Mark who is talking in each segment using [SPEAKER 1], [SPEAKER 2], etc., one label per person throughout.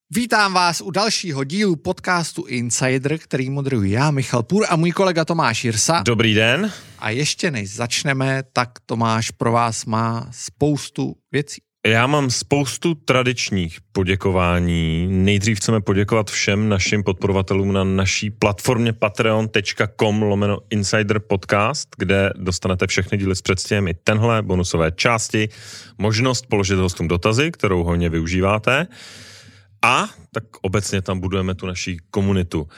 [SPEAKER 1] Vítám vás u dalšího dílu podcastu Insider, který moderuji já, Michal Půr, a můj kolega Tomáš Jirsa.
[SPEAKER 2] Dobrý den.
[SPEAKER 1] A ještě než začneme, tak Tomáš pro vás má spoustu věcí.
[SPEAKER 2] Já mám spoustu tradičních poděkování. Nejdřív chceme poděkovat všem našim podporovatelům na naší platformě patreon.com/Insider Podcast, kde dostanete všechny díly s předstihem i tenhle bonusové části, možnost položit hostům dotazy, kterou hojně využíváte, a tak obecně tam budujeme tu naší komunitu.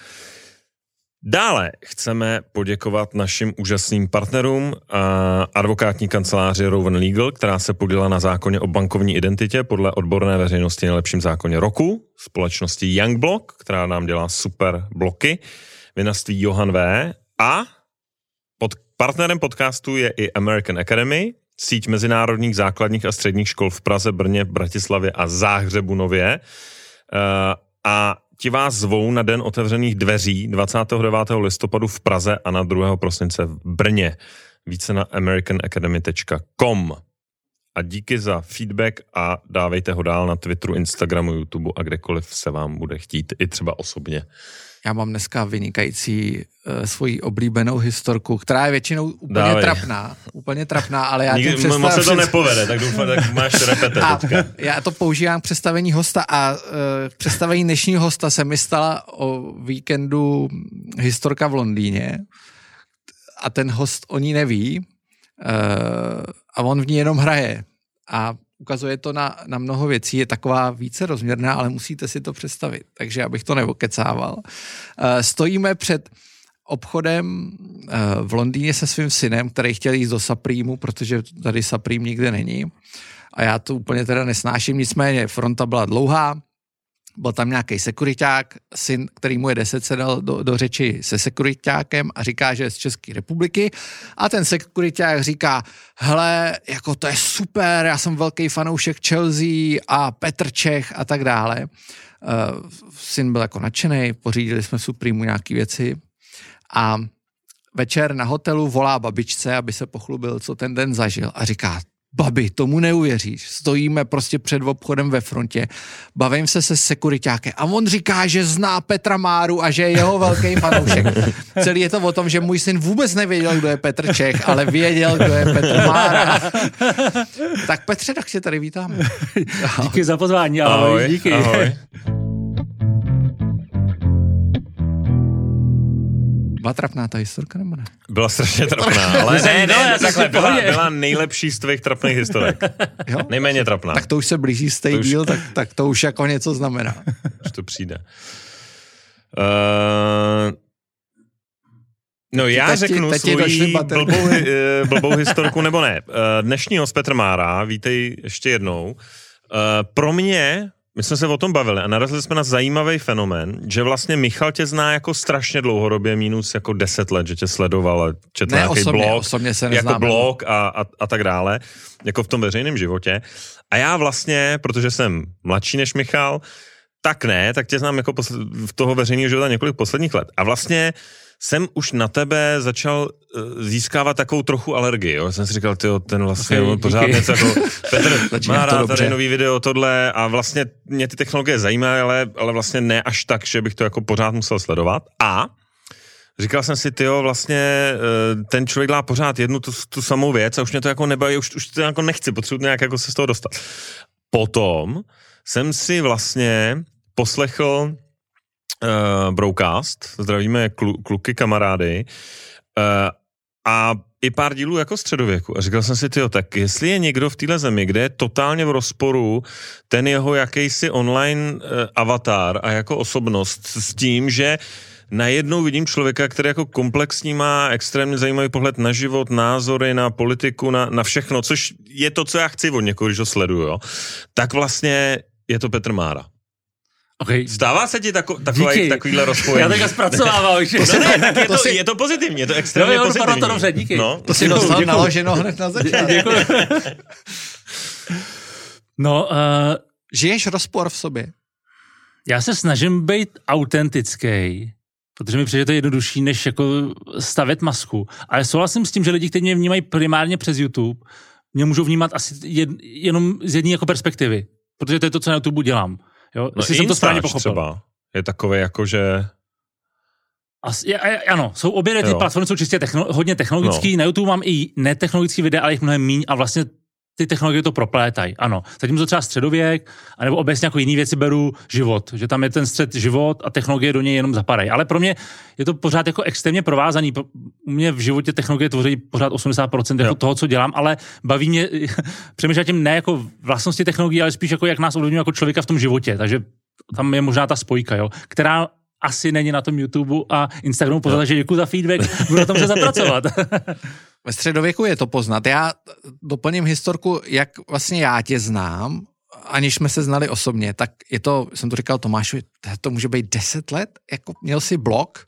[SPEAKER 2] Dále chceme poděkovat našim úžasným partnerům advokátní kanceláři Rowan Legal, která se podílela na zákoně o bankovní identitě podle odborné veřejnosti nejlepším zákoně roku, společnosti Youngblock, která nám dělá super bloky, vinařství Johan V. A partnerem podcastu je i American Academy, síť mezinárodních základních a středních škol v Praze, Brně, Bratislavě a Záhřebu Nově. A ti vás zvou na den otevřených dveří 29. listopadu v Praze a na 2. prosince v Brně. Více na americanacademy.com. A díky za feedback a dávejte ho dál na Twitteru, Instagramu, YouTubeu a kdekoliv se vám bude chtít, i třeba osobně.
[SPEAKER 1] Já mám dneska vynikající svoji oblíbenou historku, která je většinou úplně trapná, ale já tím představím...
[SPEAKER 2] Moc se to nepovede, tak doufám, tak máš repete teďka.
[SPEAKER 1] Já to používám k představení hosta a představení dnešního hosta se mi stala o víkendu historka v Londýně a ten host o ní neví a on v ní jenom hraje a ukazuje to na mnoho věcí, je taková více rozměrná, ale musíte si to představit, takže abych to nevokecával. Stojíme před obchodem v Londýně se svým synem, který chtěl jít do Supremu, protože tady Supreme nikde není. A já to úplně teda nesnáším, nicméně fronta byla dlouhá, byl tam nějaký sekuriťák, syn, který mu je 10, se dal do řeči se sekuriťákem a říká, že je z České republiky. A ten sekuriťák říká, hele, jako to je super, já jsem velký fanoušek Chelsea a Petr Čech a tak dále. Syn byl jako nadšenej, pořídili jsme Supremu nějaký věci a večer na hotelu volá babičce, aby se pochlubil, co ten den zažil a říká, babi, tomu neuvěříš, stojíme prostě před obchodem ve frontě, bavím se sekuriťákem a on říká, že zná Petra Máru a že je jeho velký fanoušek. Celý je to o tom, že můj syn vůbec nevěděl, kdo je Petr Čech, ale věděl, kdo je Petr Mára. Tak Petře, tak tě tady vítáme.
[SPEAKER 3] Díky za pozvání, ahoj. Díky.
[SPEAKER 2] Ahoj.
[SPEAKER 1] Byla trapná ta historka, nebo ne?
[SPEAKER 2] Byla strašně trapná, ale ne, takhle byla nejlepší z tvých trapných historek.
[SPEAKER 1] Jo?
[SPEAKER 2] Nejméně trapná.
[SPEAKER 1] Tak to už se blíží stay deal, tak to už jako něco znamená.
[SPEAKER 2] Už to přijde. No já řeknu svoji blbou historku, nebo ne. Dnešní host Petr Mára, vítej ještě jednou. Pro mě... My jsme se o tom bavili a narazili jsme na zajímavý fenomén, že vlastně Michal tě zná jako strašně dlouhodobě, minus jako 10 let, že tě sledoval, četl nějaký blog, jako blog a tak dále, jako v tom veřejném životě. A já vlastně, protože jsem mladší než Michal, tak tě znám jako v toho veřejného života několik posledních let. A vlastně jsem už na tebe začal získávat takovou trochu alergii, jo. Jsem si říkal, tyjo, ten vlastně pořád něco jako Petr má rád tady nový video, tohle a vlastně mě ty technologie zajímají, ale vlastně ne až tak, že bych to jako pořád musel sledovat. A říkal jsem si, tyjo, vlastně ten člověk dělá pořád jednu tu samou věc a už mě to jako nebaví, už to jako nechci, potřebuji nějak jako se z toho dostat. Potom jsem si vlastně poslechl Broadcast, zdravíme kluky, kamarády, a i pár dílů jako středověku. A říkal jsem si, tyjo, tak jestli je někdo v téhle zemi, kde je totálně v rozporu ten jeho jakýsi online avatar a jako osobnost s tím, že najednou vidím člověka, který jako komplexní má extrémně zajímavý pohled na život, názory, na politiku, na všechno, což je to, co já chci od někoho, když ho sleduju, jo, tak vlastně je to Petr Mára.
[SPEAKER 3] Okay.
[SPEAKER 2] Stává se ti takovýhle rozpojení?
[SPEAKER 3] Já teďka zpracovávám.
[SPEAKER 2] Je to pozitivní, je to extrémně pozitivní.
[SPEAKER 3] To dobře, díky.
[SPEAKER 2] No,
[SPEAKER 1] to si dostal naloženo hned na začátku.
[SPEAKER 3] No,
[SPEAKER 1] žiješ rozpor v sobě?
[SPEAKER 3] Já se snažím být autentický, protože mi přijde to jednodušší, než jako stavět masku. Ale souhlasím s tím, že lidi, kteří mě vnímají primárně přes YouTube, mě můžou vnímat asi jenom z jedné jako perspektivy. Protože to je to, co na YouTube dělám. Jo? Jestli jsem to správně pochopil.
[SPEAKER 2] Třeba je takové jako, že...
[SPEAKER 3] Ano, jsou obě ty platformy jsou čistě hodně technologický, na YouTube mám i netechnologický videa, ale jich mnohem míň a vlastně ty technologie to proplétají, ano. Zatímco třeba středověk, anebo obecně jako jiný věci beru život, že tam je ten střed život a technologie do něj jenom zapadají. Ale pro mě je to pořád jako extrémně provázaný. U mě v životě technologie tvoří pořád 80% jako toho, co dělám, ale baví mě přemýšlet tím ne jako vlastnosti technologií, ale spíš jako jak nás ovlivňuje jako člověka v tom životě. Takže tam je možná ta spojka, jo, která asi není na tom YouTube a Instagramu poznat, takže děkuji za feedback, budu na tom se zapracovat.
[SPEAKER 1] Ve středověku je to poznat. Já doplním historku, jak vlastně já tě znám, aniž jsme se znali osobně, tak je to, jsem to říkal Tomášovi, to může být 10 let, jako měl jsi blog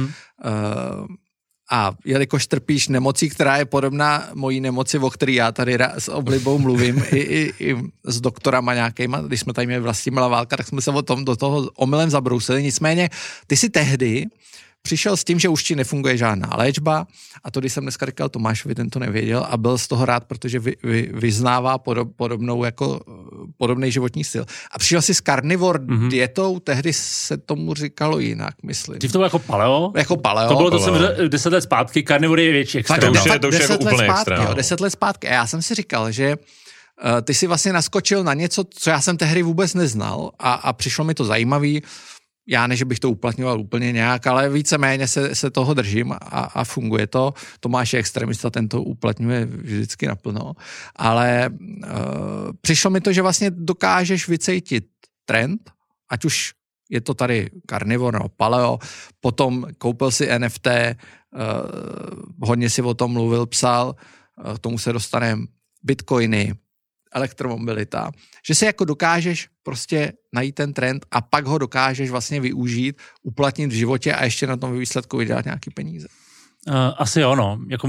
[SPEAKER 1] a jelikož trpíš nemocí, která je podobná mojí nemoci, o který já tady s oblibou mluvím, i s doktorama nějakýma, když jsme tady měli Vlastimila Válka, tak jsme se do toho omylem zabrousili. Nicméně, ty si tehdy přišel s tím, že už ti nefunguje žádná léčba a to, když jsem dneska říkal Tomášovi, ten to nevěděl a byl z toho rád, protože vyznává podobný životní styl. A přišel si s carnivore dietou, tehdy se tomu říkalo jinak, myslím.
[SPEAKER 3] Dřív to bylo jako paleo?
[SPEAKER 1] Jako paleo.
[SPEAKER 3] To bylo to, jsem 10 let zpátky, carnivore je větší extrém.
[SPEAKER 2] To už je jako úplně extrém.
[SPEAKER 1] 10 let zpátky. A já jsem si říkal, že ty si vlastně naskočil na něco, co já jsem tehdy vůbec neznal a přišlo mi to zajímavý. Já ne, že bych to uplatňoval úplně nějak, ale víceméně se toho držím a funguje to. Tomáš je extremista, ten to uplatňuje vždycky naplno. Ale přišlo mi to, že vlastně dokážeš vycítit trend, ať už je to tady carnivore nebo paleo, potom koupil si NFT, hodně si o tom mluvil, psal, k tomu se dostaneme, bitcoiny, elektromobilita, že si jako dokážeš prostě najít ten trend a pak ho dokážeš vlastně využít, uplatnit v životě a ještě na tom výsledku vydělat nějaký peníze.
[SPEAKER 3] Asi jo, no. Jako,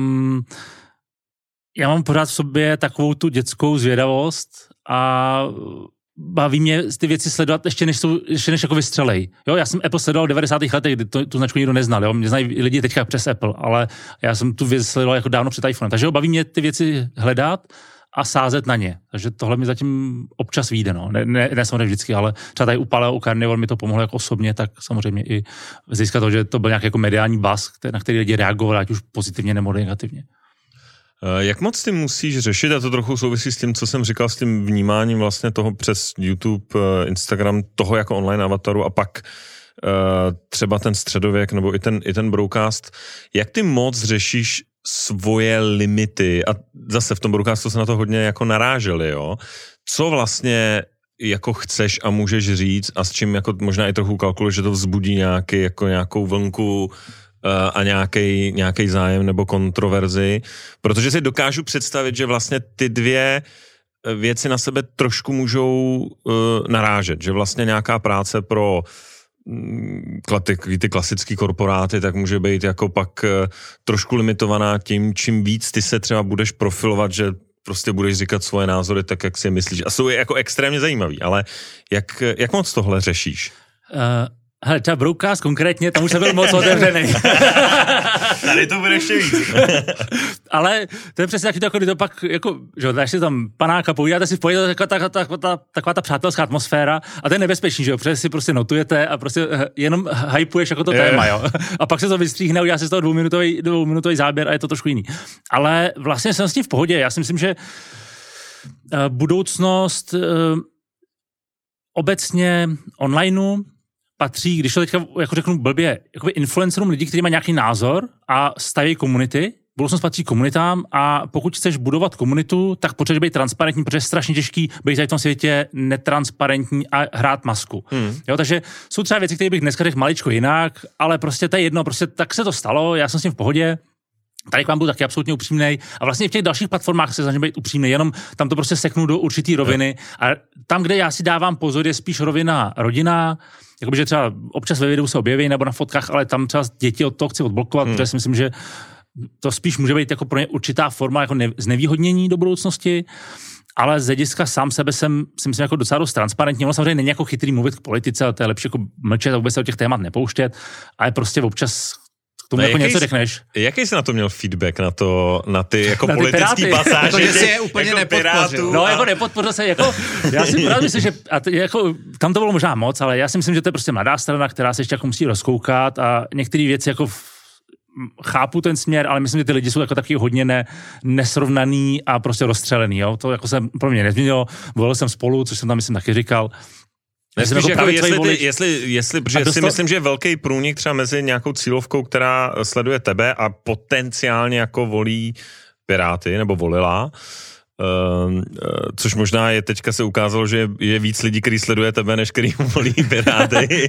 [SPEAKER 3] já mám pořád v sobě takovou tu dětskou zvědavost a baví mě ty věci sledovat ještě než jako vystřelej. Jo, já jsem Apple sledoval v 90. letech, kdy tu značku nikdo neznal, jo. Mě znají lidi teďka přes Apple, ale já jsem tu věc sledoval jako dávno před iPhonem. Takže jo, baví mě ty věci hledat a sázet na ně. Takže tohle mi zatím občas vyjde, no. Ne samozřejmě vždycky, ale třeba tady u Paleo, u Carnivore mi to pomohlo jako osobně, tak samozřejmě i získat to, že to byl nějaký jako mediální buzz, na který lidi reagovali, ať už pozitivně nebo negativně.
[SPEAKER 2] Jak moc ty musíš řešit, a to trochu souvisí s tím, co jsem říkal, s tím vnímáním vlastně toho přes YouTube, Instagram, toho jako online avataru a pak třeba ten středověk nebo i ten broadcast. Jak ty moc řešíš svoje limity a zase v tom broadcastu se na to hodně jako naráželi, jo? Co vlastně jako chceš a můžeš říct a s čím jako možná i trochu kalkuluješ, že to vzbudí nějakou vlnku a nějaký zájem nebo kontroverzi, protože si dokážu představit, že vlastně ty dvě věci na sebe trošku můžou narážet, že vlastně nějaká práce pro ty klasický korporáty, tak může být jako pak trošku limitovaná tím, čím víc ty se třeba budeš profilovat, že prostě budeš říkat svoje názory tak, jak si myslíš. A jsou jako extrémně zajímavý, ale jak moc tohle řešíš?
[SPEAKER 3] Hele, třeba broadcast konkrétně, tam už jsem byl moc otevřený.
[SPEAKER 2] Tady to bude ještě víc.
[SPEAKER 3] Ale to je přesně taky kdy to pak, jako, že dáš si tam panáka, povídáte si v pohodě, taková ta přátelská atmosféra a to je nebezpečný, že jo, protože si prostě notujete a prostě jenom hypuješ jako to téma, jo. A pak se to vystříhne, udělá si z toho dvouminutový záběr a je to trošku jiný. Ale vlastně jsem s tím v pohodě, já si myslím, že budoucnost obecně onlineu patří, když to teďka jako řeknu blbě, jakoby influencerům lidí, kteří mají nějaký názor a staví komunity. Budoucnost patří komunitám a pokud chceš budovat komunitu, tak potřebuješ být transparentní, protože je strašně těžký být tady v tom světě netransparentní a hrát masku. Jo, takže jsou třeba věci, které bych dneska řekl maličko jinak, ale prostě to je jedno, prostě tak se to stalo, já jsem s tím v pohodě. Tady k vám budu taky absolutně upřímnej a vlastně i v těch dalších platformách se snažím být upřímnej, jenom tam to prostě seknu do určitý roviny a tam, kde já si dávám pozor, je spíš rovina rodina, jakoby, že třeba občas ve videu se objeví nebo na fotkách, ale tam třeba děti od toho chci odblokovat, protože si myslím, že to spíš může být jako pro ně určitá forma jako znevýhodnění do budoucnosti, ale z hlediska sám sebe jsem si myslím jako docela dost transparentní. Ono samozřejmě není jako chytrý mluvit k politice, ale to je lepší jako mlčet a vůbec se o těch témat nepouštět, ale prostě občas k tomu jako něco řekneš.
[SPEAKER 2] Jaký jsi na to měl feedback, na ty jako politický pasáže?
[SPEAKER 1] Že si je úplně jako nepodpořil.
[SPEAKER 3] No, jako nepodpořil se, jako, já si právě myslím, že jako, tam to bylo možná moc, ale já si myslím, že to je prostě mladá strana, která se ještě jako musí rozkoukat a některé věci jako chápu ten směr, ale myslím, že ty lidi jsou jako taky hodně nesrovnaný a prostě rozstřelený, jo. To jako se pro mě nezměnilo. Volil jsem Spolu, což jsem tam myslím taky říkal.
[SPEAKER 2] Jestli, protože si myslím, že je velký průnik třeba mezi nějakou cílovkou, která sleduje tebe a potenciálně jako volí Piráty, nebo volila, což možná je teďka se ukázalo, že je víc lidí, který sleduje tebe, než který volí Piráty.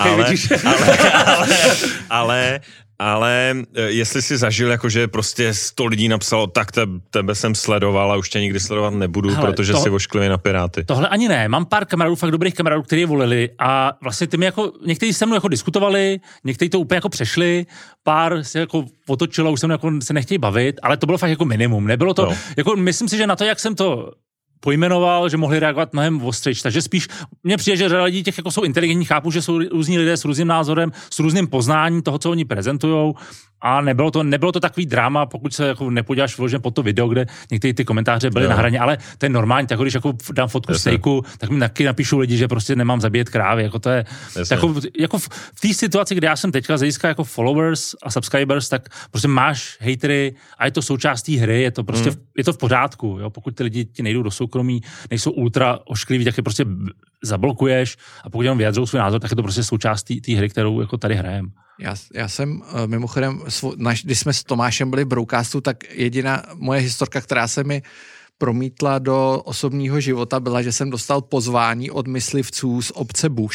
[SPEAKER 2] Ale jestli si zažil, jakože prostě 100 lidí napsalo, tak tebe jsem sledoval a už tě nikdy sledovat nebudu, protože jsi ošklivý na Piráty. Tohle
[SPEAKER 3] ani ne. Mám pár kamarádů, fakt dobrých kamarádů, kteří je volili a vlastně ty mi jako, někteří se mnou jako diskutovali, někteří to úplně jako přešli, pár se jako otočilo, už se mnou jako se nechtějí bavit, ale to bylo fakt jako minimum. Nebylo to, jako myslím si, že na to, jak jsem to pojmenoval, že mohli reagovat mnohem ostřejš. Takže spíš mně přijde, že řada lidí těch jako jsou inteligentní, chápu, že jsou různí lidé s různým názorem, s různým poznáním toho, co oni prezentujou a nebylo to takový drama, pokud se jako nepodíváš vložen pod to video, kde některé ty komentáře byly na hraně, ale to je normální, tak když jako dám fotku stejku, tak mi taky napíšou lidi, že prostě nemám zabíjet krávy, jako to je jako v té situaci, kde já jsem teďka získá jako followers a subscribers, tak prostě máš hejtery a je to součástí hry, je to prostě je to v pořádku, jo, pokud ty lidi ti nejdou do soukromí, nejsou ultra oškliví, tak je prostě zablokuješ a pokud jenom vyjadřují svůj názor, tak je to prostě součástí té hry, kterou jako tady hrajeme.
[SPEAKER 1] Já jsem mimochodem, když jsme s Tomášem byli v Broadcastu, tak jediná moje historka, která se mi promítla do osobního života, byla, že jsem dostal pozvání od myslivců z obce Bush.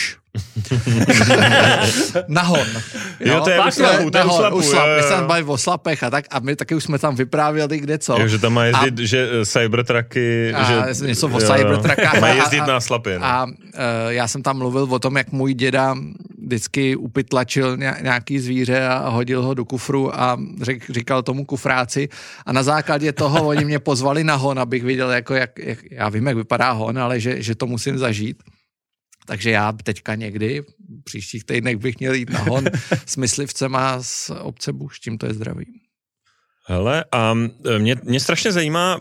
[SPEAKER 1] Na hon.
[SPEAKER 2] Jo, to je u Slapu.
[SPEAKER 1] My jsme bavili o Slapech a tak a my taky už jsme tam vyprávěli kde co.
[SPEAKER 2] Jo, že tam má jezdit, že Cybertrucky, že
[SPEAKER 1] něco o Cybertruckách.
[SPEAKER 2] Má jezdit na Slapy. No.
[SPEAKER 1] A já jsem tam mluvil o tom, jak můj děda vždycky upytlačil nějaký zvíře a hodil ho do kufru a říkal tomu kufráci a na základě toho oni mě pozvali na hon, abych viděl, jako jak já vím, jak vypadá hon, ale že to musím zažít. Takže já teďka někdy, v příštích týdnech bych měl jít na hon s myslivcema z obce Bush, tím to je zdravý.
[SPEAKER 2] Hele, a mě strašně zajímá,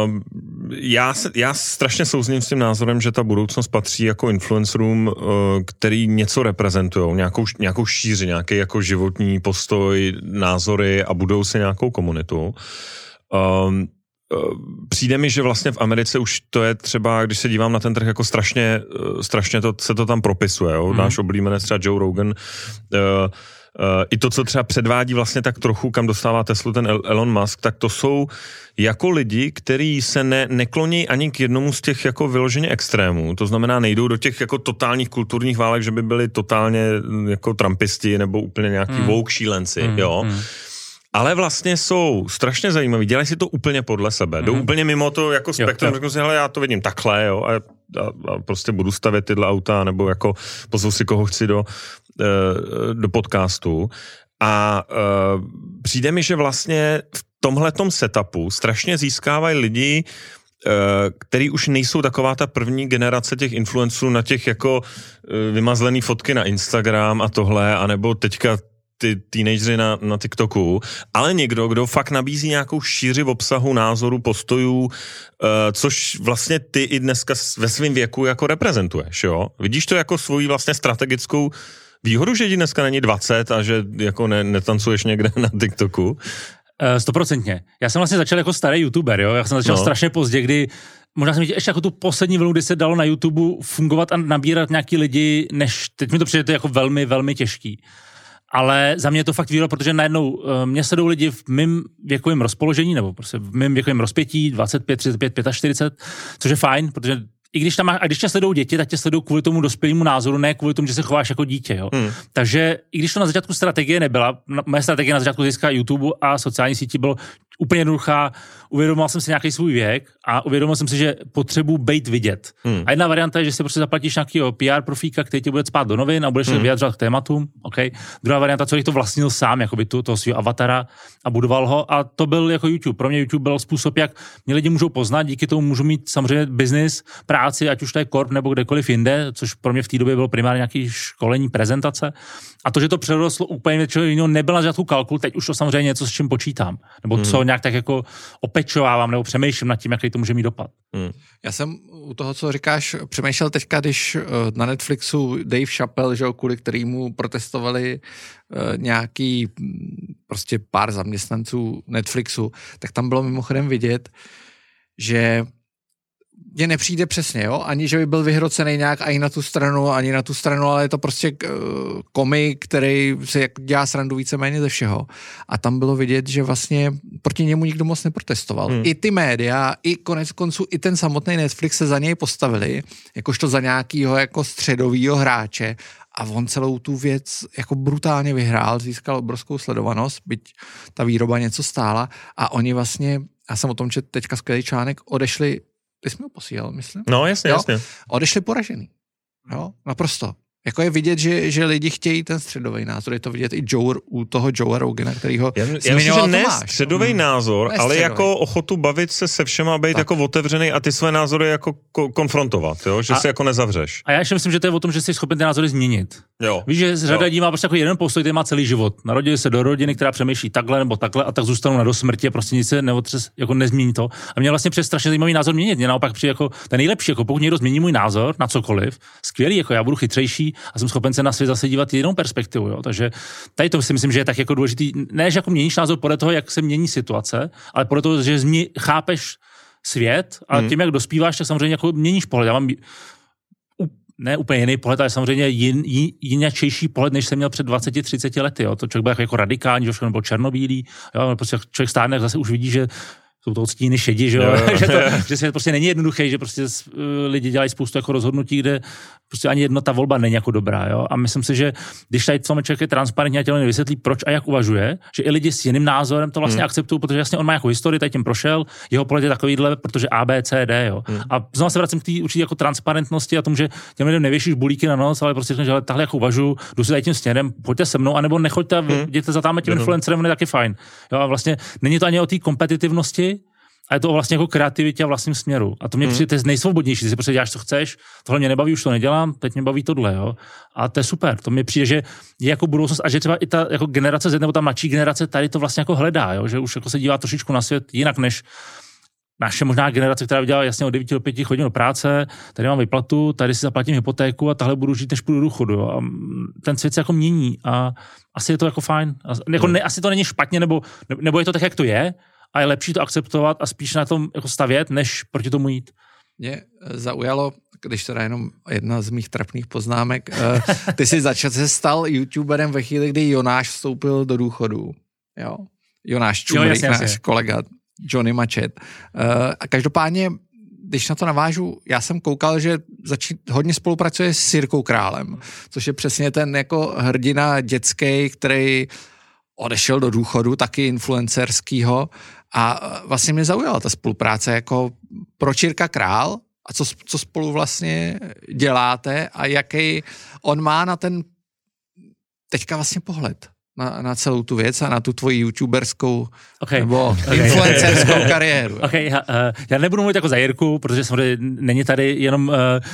[SPEAKER 2] já strašně souzním s tím názorem, že ta budoucnost patří jako influencerům, který něco reprezentujou, nějakou šíři, nějaký jako životní postoj, názory a budou si nějakou komunitu. Přijde mi, že vlastně v Americe už to je třeba, když se dívám na ten trh, jako strašně se to tam propisuje, jo? Náš oblíbenec třeba Joe Rogan, i to, co třeba předvádí vlastně tak trochu, kam dostává Teslu ten Elon Musk, tak to jsou jako lidi, kteří se nekloní ani k jednomu z těch jako vyloženě extrémů. To znamená, nejdou do těch jako totálních kulturních válek, že by byli totálně jako trumpisti nebo úplně nějaký woke šílenci, jo. Ale vlastně jsou strašně zajímaví, dělají si to úplně podle sebe, jdou úplně mimo to jako spektrum, řeknu si, hele, já to vidím takhle, jo, a prostě budu stavět tyhle auta, nebo jako pozvu si koho chci do podcastu a přijde mi, že vlastně v tomhletom setupu strašně získávají lidi, který už nejsou taková ta první generace těch influencerů na těch jako vymazlený fotky na Instagram a tohle, anebo teďka ty teenageři na TikToku, ale někdo, kdo fakt nabízí nějakou šíři v obsahu, názoru, postojů, což vlastně ty i dneska ve svém věku jako reprezentuješ, jo? Vidíš to jako svoji vlastně strategickou výhodu, že ti dneska není 20 a že jako netancuješ někde na TikToku?
[SPEAKER 3] 100%. Já jsem vlastně začal jako starý youtuber, jo? Já jsem začal strašně pozdě, kdy možná jsem ještě jako tu poslední vlnu, kdy se dalo na YouTube fungovat a nabírat nějaký lidi, než teď mi to přijde jako velmi, velmi těžký. Ale za mě je to fakt výhoda, protože najednou mě sledují lidi v mým věkovém rozpoložení, nebo prostě v mým věkovém rozpětí, 25, 35, 45, což je fajn, protože i když tam když tě sledují děti, tak tě sledují kvůli tomu dospělému názoru, ne kvůli tomu, že se chováš jako dítě, jo. Takže i když to na začátku strategie nebyla, moje strategie na začátku získá YouTube a sociální síti bylo úplně jednoduchá, uvědomil jsem si nějaký svůj věk a uvědomil jsem si, že potřebuji být vidět. A jedna varianta je, že si prostě zaplatíš nějakého PR profíka, který tě bude spát do novin a budeš se vyjadřovat k tématům, okay? Druhá varianta, co jich to vlastnil sám, jakoby toho svého avatara a budoval ho a to byl jako YouTube. Pro mě YouTube byl způsob, jak mě lidi můžou poznat, díky tomu můžu mít samozřejmě business, práci, ať už to je korp nebo kdekoliv jinde, což pro mě v té době bylo primárně nějaký školení, prezentace. A to, že to přerostlo úplně něčeho jiného, nebyla žádnou kalkul, teď už to samozřejmě něco, s čím počítám. Nebo co nějak tak jako opečovávám nebo přemýšlím nad tím, jaký to může mít dopad.
[SPEAKER 1] Já jsem u toho, co říkáš, přemýšlel teďka, když na Netflixu Dave Chappelle, že, kvůli kterému protestovali nějaký prostě pár zaměstnanců Netflixu, tak tam bylo mimochodem vidět, že mně nepřijde přesně, jo? Ani, že by byl vyhrocený nějak ani na tu stranu, ale je to prostě komik, který se dělá srandu víceméně ze všeho. A tam bylo vidět, že vlastně proti němu nikdo moc neprotestoval. I ty média, i konec konců, i ten samotný Netflix se za něj postavili, jakožto za nějakýho jako středovýho hráče, a on celou tu věc jako brutálně vyhrál, získal obrovskou sledovanost, byť ta výroba něco stála, a oni vlastně, já jsem o tom četl teďka skvělý článek, odešli. Ty jsi mi ho posílal, myslím?
[SPEAKER 2] No, jasně, jasně.
[SPEAKER 1] Odešli poražený. Jo, naprosto. Jako je vidět, že lidi chtějí ten středový názor. Je to vidět i u toho Joe Rogana, kterýho
[SPEAKER 2] já myslím, že ne středový názor, ale středový. Jako ochotu bavit se se všema a být tak. Jako otevřený a ty své názory jako konfrontovat, jo? Že si jako nezavřeš.
[SPEAKER 3] A já ještě myslím, že to je o tom, že jsi schopen ty názory změnit.
[SPEAKER 2] Jo.
[SPEAKER 3] Víš, že řada lidí má prostě jako jeden postoj, který má celý život. Narodili se do rodiny, která přemýšlí takhle nebo takhle, a tak zůstanou na dosmrti a prostě nic se jako nezmění to. A mě vlastně přes strašně zajímavý názor měnit. Mě naopak přijde jako ten nejlepší, jako pokud někdo změní můj názor na cokoliv, skvělý, jako já budu chytřejší a jsem schopen se na svět zase dívat jinou perspektivu, jo. Takže tady to si myslím, že je tak jako důležitý, ne, že jako měníš názor podle toho, jak se mění situace, ale podle toho, že chápeš svět a tím, jak dospíváš, tak samozřejmě jako měníš pohled. Já mám ne úplně jiný pohled, ale samozřejmě jináčejší pohled, než jsem měl před 20-30 lety, jo. To člověk byl jako radikální, že všechno byl černobílý, jo, prostě člověk stárne, zase už vidí, že jsou to odstíny šedi, že jo, že svět prostě není jednoduchý, že prostě lidi dělají spoustu jako rozhodnutí, kde prostě ani jedna ta volba není jako dobrá, jo. A myslím si, že když tady člověk je transparentně a tělo vysvětlí, proč a jak uvažuje, že i lidi s jiným názorem to vlastně akceptují, protože jasně on má jako historii, tady tím prošel, jeho pohled je takovýhle, protože A, B, C, D, jo. A znovu se vracím k té určitě jako transparentnosti a tomu, že těm lidem nevěšíš bulíky na nos, ale prostě že takhle jako uvažuju, jdu si tady tím směrem, pojďte se mnou, anebo nechoďte, jděte za tím influencerem, on je taky fajn. Jo, a vlastně není to ani o té kompetitivnosti, a je to vlastně jako kreativitě a vlastním směru. A to mě přijde, to je nejsvobodnější. Ty si prostě děláš, co chceš, tohle mě nebaví, už to nedělám, teď mě baví tohle, jo. A to je super. To mě přijde, že je jako budoucnost a že třeba i ta jako generace Z nebo ta mladší generace tady to vlastně jako hledá, jo, že už jako se dívá trošičku na svět jinak než naše možná generace, která vydělala jasně od 9 do 5 chodím do práce, tady mám výplatu, tady si zaplatím hypotéku a tahle budu žít, než půjdu do důchodu, jo. A ten svět se jako mění a asi je to jako fajn. Jako asi to není špatně, nebo je to tak, jak to je. A je lepší to akceptovat a spíš na tom jako stavět, než proti tomu jít.
[SPEAKER 1] Mě zaujalo, když teda jenom jedna z mých trapných poznámek, ty jsi se stal youtuberem ve chvíli, kdy Jonáš vstoupil do důchodu. Jo? Jonáš Čumrik, náš kolega Johnny Machet. A každopádně, když na to navážu, já jsem koukal, že hodně spolupracuje s Jirkou Králem, což je přesně ten jako hrdina dětský, který odešel do důchodu, taky influencerskýho, a vlastně mě zaujala ta spolupráce, jako proč Jirka Král a co spolu vlastně děláte a jaký on má na ten teďka vlastně pohled na celou tu věc a na tu tvoji youtuberskou nebo influencerskou kariéru.
[SPEAKER 3] Já nebudu mluvit jako za Jirku, protože samozřejmě není tady jenom...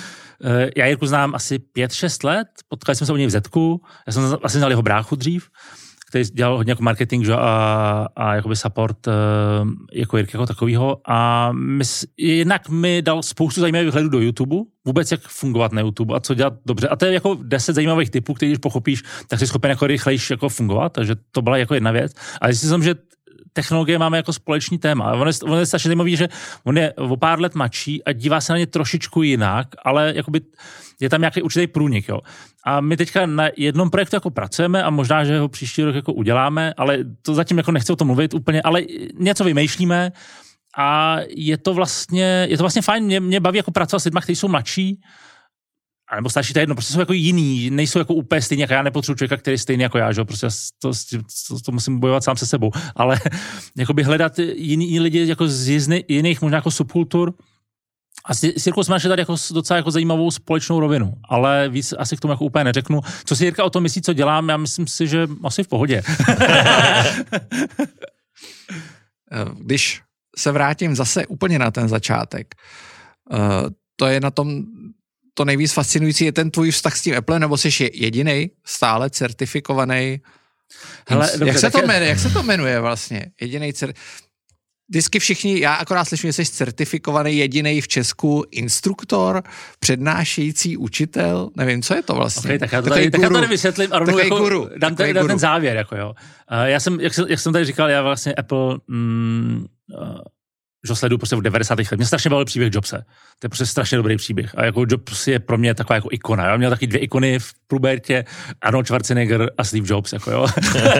[SPEAKER 3] Já Jirku znám asi 5-6 let, potkali jsme se u něj v Zetku, já jsem asi znal jeho bráchu dřív, který dělal hodně jako marketing, že, a jakoby support jako Jirka jako takovýho. A jednak mi dal spoustu zajímavých výhledů do YouTube, vůbec jak fungovat na YouTube a co dělat dobře. A to je jako 10 zajímavých typů, který když pochopíš, tak jsi schopen jako rychlejší jako fungovat, takže to byla jako jedna věc. Ale zjistil jsem, že technologie máme jako společný téma. On je strašně zajímavý, že on je o pár let mladší a dívá se na ně trošičku jinak, ale jakoby je tam nějaký určitý průnik, jo. A my teďka na jednom projektu jako pracujeme a možná, že ho příští rok jako uděláme, ale to zatím jako nechci o tom mluvit úplně, ale něco vymýšlíme a je to vlastně fajn, mě baví jako pracovat s lidmi, kteří jsou mladší, nebo starší, to je jedno, prostě jsou jako jiný, nejsou jako úplně stejný, jako já nepotřebuji člověka, který je stejný jako já, že? Prostě to musím bojovat sám se sebou, ale jakoby hledat jiný lidi jako z jiných možná jako subkultur. A s Jirkou jsme našli tady jako docela jako zajímavou společnou rovinu, ale víc asi k tomu jako úplně neřeknu. Co si Jirka o tom myslí, co dělám, já myslím si, že asi v pohodě.
[SPEAKER 1] Když se vrátím zase úplně na ten začátek, to je na tom to nejvíc fascinující, je ten tvůj vztah s tím Applem, nebo jsi jedinej stále certifikovaný?
[SPEAKER 3] Hele, dobře,
[SPEAKER 1] jak se to jmenuje vlastně? Jedinej vždycky všichni, já akorát slyším, že jsi certifikovaný jedinej v Česku instruktor, přednášející učitel, nevím, co je to vlastně.
[SPEAKER 3] Okay, tak já to tady vysvětlím a rovnou jako dám ten závěr. Jako jo. Já jsem, jak jsem tady říkal, já vlastně Apple že sleduju prostě v 90. letech. Mě strašně bavil příběh Jobse. To je prostě strašně dobrý příběh. A jako Jobs je pro mě taková jako ikona. Já měl taky 2 ikony v pubertě, Arnold Schwarzenegger a Steve Jobs, jako jo.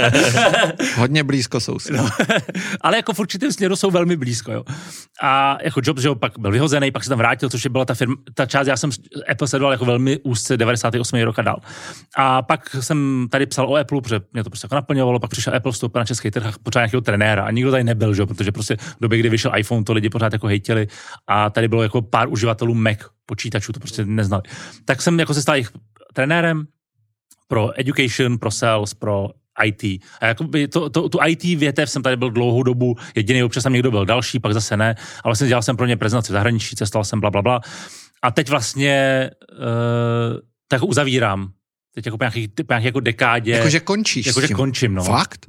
[SPEAKER 1] Hodně blízko jsou si.
[SPEAKER 3] No, ale jako v určitém směru jsou velmi blízko, jo. A jako Jobs, že jo, pak byl vyhozený, pak se tam vrátil, což je byla ta část, já jsem Apple sledoval jako velmi úzce 98. rok a dál. A pak jsem tady psal o Apple, protože mě to prostě jako naplňovalo, pak přišel Apple, vstoupil na český trh a pořád nějakého trenéra a nikdo tady nebyl, že jo, protože prostě v době, kdy vyšel iPhone, to lidi pořád jako hejtili a tady bylo jako pár uživatelů Mac počítačů, to prostě neznali. Tak jsem jako se stal jejich trenérem pro education, pro sales, pro IT. A jakoby tu IT větev jsem tady byl dlouhou dobu, jediný, občas tam někdo byl další, pak zase ne, ale vlastně dělal jsem pro ně prezentaci v zahraničí, cestoval jsem blablabla. A teď vlastně tak uzavírám. Teď jako po nějaké jako dekádě.
[SPEAKER 1] Jakože končíš
[SPEAKER 3] jakože končím, no.
[SPEAKER 1] Fakt?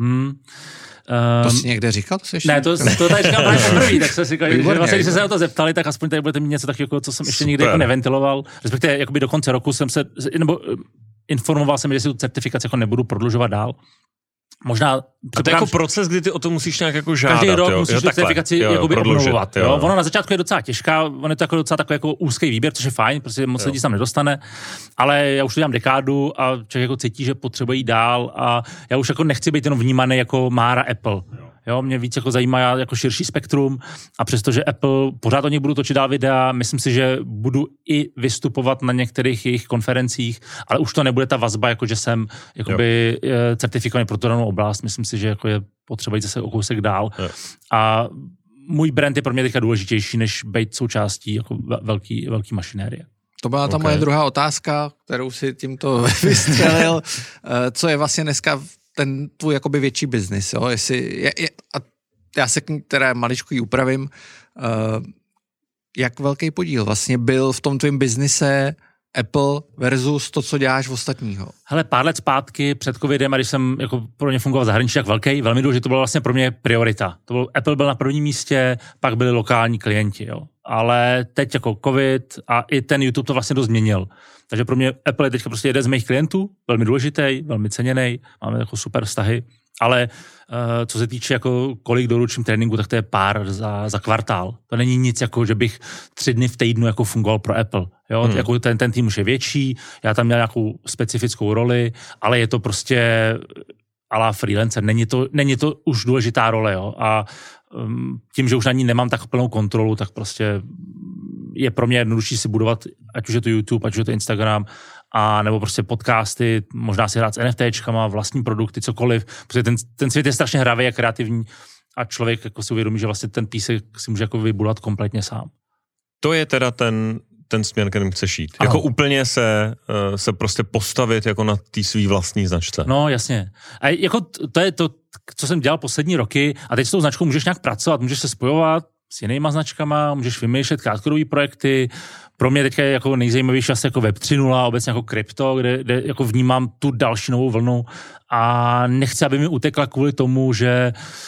[SPEAKER 1] To jsi někde říkal?
[SPEAKER 3] Ne, to tady říkal právě poprvé, tak jsem si říkal, že vlastně, když se na to zeptali, tak aspoň tady budete mít něco takového, co jsem ještě nikdy jako neventiloval. Respektive jakoby do konce roku jsem se, nebo informoval jsem, že si tu certifikaci jako nebudu prodlužovat dál. Možná...
[SPEAKER 2] To je jako proces, kdy ty o to musíš nějak jako žádat.
[SPEAKER 3] Každý rok musíš tu certifikaci obnovovat. Jo. Ono na začátku je docela těžká, ono je to jako docela takový jako úzký výběr, což je fajn, protože moc lidí se tam nedostane, ale já už to dělám dekádu a člověk jako cítí, že potřebuje jít dál a já už jako nechci být jenom vnímaný jako Mára Apple. Jo, mě víc jako zajímá jako širší spektrum a přestože Apple, pořád o nich budu točit dál videa, myslím si, že budu i vystupovat na některých jejich konferencích, ale už to nebude ta vazba, jako že jsem jakoby certifikovaný pro tu danou oblast. Myslím si, že jako je potřeba jít zase o kousek dál. A můj brand je pro mě teďka důležitější, než být součástí jako velký mašinérie.
[SPEAKER 1] To byla ta moje druhá otázka, kterou si tímto vystřelil. Co je vlastně dneska ten tvůj jakoby větší biznis, jo? A já se které maličko upravím, jak velký podíl vlastně byl v tom tvém biznise Apple versus to, co děláš v ostatního?
[SPEAKER 3] Hele, pár let zpátky před covidem, a když jsem jako pro ně fungoval v zahraničí, tak velmi důležitý, to bylo vlastně pro mě priorita. Apple byl na prvním místě, pak byli lokální klienti, jo. Ale teď jako covid a i ten YouTube to vlastně dost změnil. Takže pro mě Apple je teďka prostě jeden z mých klientů, velmi důležitý, velmi ceněný, máme jako super vztahy, ale co se týče jako kolik doručím tréninku, tak to je pár za kvartál. To není nic jako, že bych 3 dny v týdnu jako fungoval pro Apple. Jo? Jako ten tým už je větší, já tam měl nějakou specifickou roli, ale je to prostě à la freelancer, není to už důležitá role, jo? A tím, že už na ní nemám tak plnou kontrolu, tak prostě je pro mě jednodušší si budovat, ať už je to YouTube, ať už je to Instagram, a nebo prostě podcasty, možná si hrát s NFTčkama, vlastní produkty, cokoliv. Protože ten svět je strašně hravý a kreativní a člověk jako si uvědomí, že vlastně ten písek si může jako vybudovat kompletně sám. To
[SPEAKER 2] je teda ten směr, kterým chceš jít. Jako úplně se prostě postavit jako na té svý vlastní značce.
[SPEAKER 3] No, jasně. A jako to je to, co jsem dělal poslední roky a teď s tou značkou můžeš nějak pracovat, můžeš se spojovat s jinýma značkama, můžeš vymýšlet krátkodobý projekty. Pro mě teďka je jako nejzajímavější asi jako Web 3.0, obecně jako krypto, kde jako vnímám tu další novou vlnu a nechci, aby mi utekla kvůli tomu, že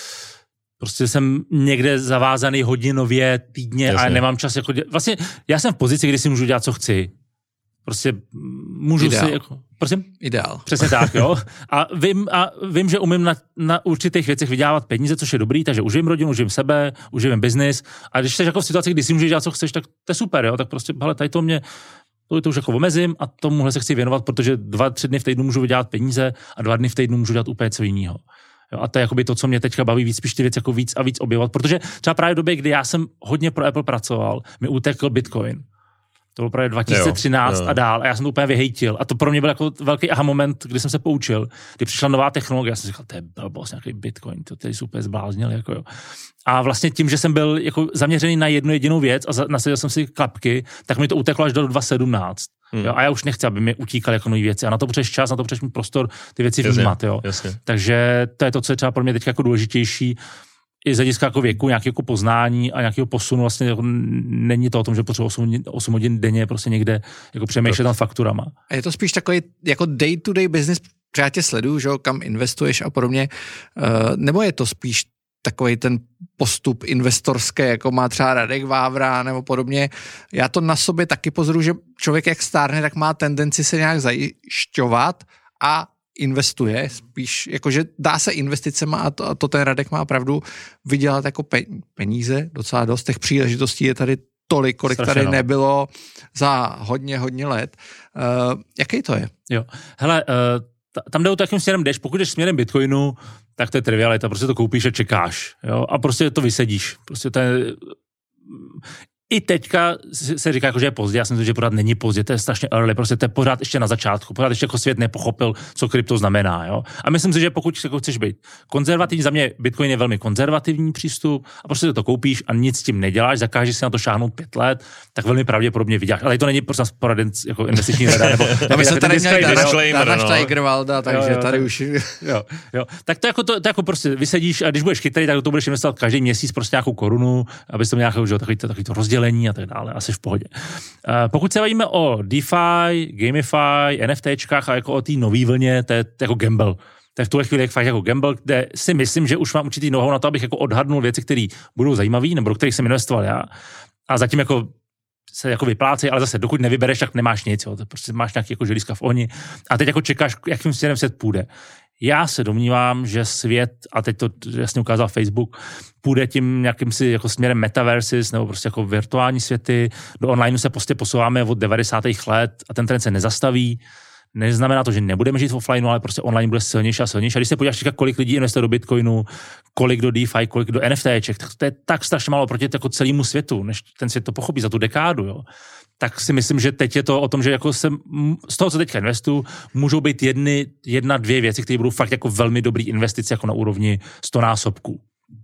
[SPEAKER 3] prostě jsem někde zavázaný hodinově, týdně. Jasně. A nemám čas jako vlastně já jsem v pozici, kdy si můžu dělat, co chci. Prostě můžu
[SPEAKER 1] Ideál.
[SPEAKER 3] si jako... Prosím?
[SPEAKER 1] Ideál.
[SPEAKER 3] Přesně tak, jo. A vím, že umím na určitých věcech vydělávat peníze, což je dobrý, takže uživím rodinu, uživím sebe, uživím biznis. A když jsi jako v situaci, kdy si můžeš dělat, co chceš, tak to je super, jo. Tak prostě, hele, tady to už jako omezím a tomuhle se chci věnovat, protože 2-3 dny v týdnu můžu vydělat peníze a 2 dny v týdnu můžu dělat úplně co jiného. Jo, a to je jakoby to, co mě teďka baví víc, spíš ty věci jako víc a víc objevovat, protože třeba právě v době, kdy já jsem hodně pro Apple pracoval, mi utekl Bitcoin. To bylo právě 2013 a dál a já jsem to úplně vyhejtil. A to pro mě byl jako velký aha moment, kdy jsem se poučil, kdy přišla nová technologie, já jsem si říkal, to je blbost, nějaký Bitcoin, to tady super zbláznil. Jako jo. A vlastně tím, že jsem byl jako zaměřený na jednu jedinou věc a nasadil jsem si klapky, tak mi to uteklo až do 2017. Jo, a já už nechci, aby mi utíkaly jako nové věci. A na to potřebuješ čas, na to potřebuješ mít prostor ty věci vnímat. Jo. Takže to je to, co je třeba pro mě teď jako důležitější. i z hlediska jako věku, nějakého jako poznání a nějakého posunu vlastně jako není to o tom, že potřebuje 8 hodin denně prostě někde jako přemýšlet nad fakturama.
[SPEAKER 1] A je to spíš takový jako day-to-day business, že já tě sleduju, že kam investuješ a podobně, nebo je to spíš takový ten postup investorský, jako má třeba Radek Vávra nebo podobně. Já to na sobě taky pozoruju, že člověk jak stárne, tak má tendenci se nějak zajišťovat a investuje spíš, jakože dá se investicema a to ten Radek má pravdu vydělat jako peníze, docela dost, těch příležitostí je tady tolik, kolik strašně tady nebylo za hodně let. Jaký to je?
[SPEAKER 3] Jo, hele, tam jde o to, jakým směrem jdeš. Pokud jdeš směrem Bitcoinu, tak to je trivialita, prostě to koupíš a čekáš, jo, a prostě to vysedíš. Prostě to je... I teďka se říká, jako, že je pozdě, já si myslím, že pořád není pozdě, to je strašně early, prostě to je pořád ještě na začátku, pořád ještě jako svět nepochopil, co krypto znamená, jo. A myslím si, že pokud jako chceš být konzervativní, za mě Bitcoin je velmi konzervativní přístup a prostě to koupíš a nic s tím neděláš, zakážeš si na to šáhnout 5 let, tak velmi pravděpodobně vyděláš. Ale to není prostě poradenc jako investiční rada, nebo
[SPEAKER 1] my se tady měli Dana Steigerwalda, takže tady už
[SPEAKER 3] jo. Tak to jako prostě vysedíš a když budeš chytrý, tak to budeš investovat každý měsíc prostě nějakou korunu, aby to nějakou, že takový to rozdělení a tak dále, asi v pohodě. Pokud se bavíme o DeFi, Gamify, NFTčkách a jako o té nový vlně, to je jako gamble. To je v tuhle chvíli fakt jako gamble, kde si myslím, že už mám určitý know-how na to, abych jako odhadnul věci, které budou zajímavé, nebo do kterých jsem investoval já. A zatím jako se jako vyplácejí, ale zase dokud nevybereš, tak nemáš nic, jo. Prostě máš nějaký jako želízka v oni. A teď jako čekáš, jakým směrem svět půjde. Já se domnívám, že svět, a teď to jasně ukázal Facebook, půjde tím nějakým si jako směrem metaverses nebo prostě jako virtuální světy. Do onlineu se prostě posouváme od 90. let a ten trend se nezastaví. Neznamená to, že nebudeme žít v offlineu, ale prostě online bude silnější a silnější. A když se podíváš, kolik lidí investuje do Bitcoinu, kolik do DeFi, kolik do NFTček, tak to je tak strašně málo proti jako celému světu, než ten svět to pochopí za tu dekádu, jo. Tak si myslím, že teď je to o tom, že jako z toho, co teďka investuju, můžou být jedna, dvě věci, které budou fakt jako velmi dobrý investice jako na úrovni 100násobků.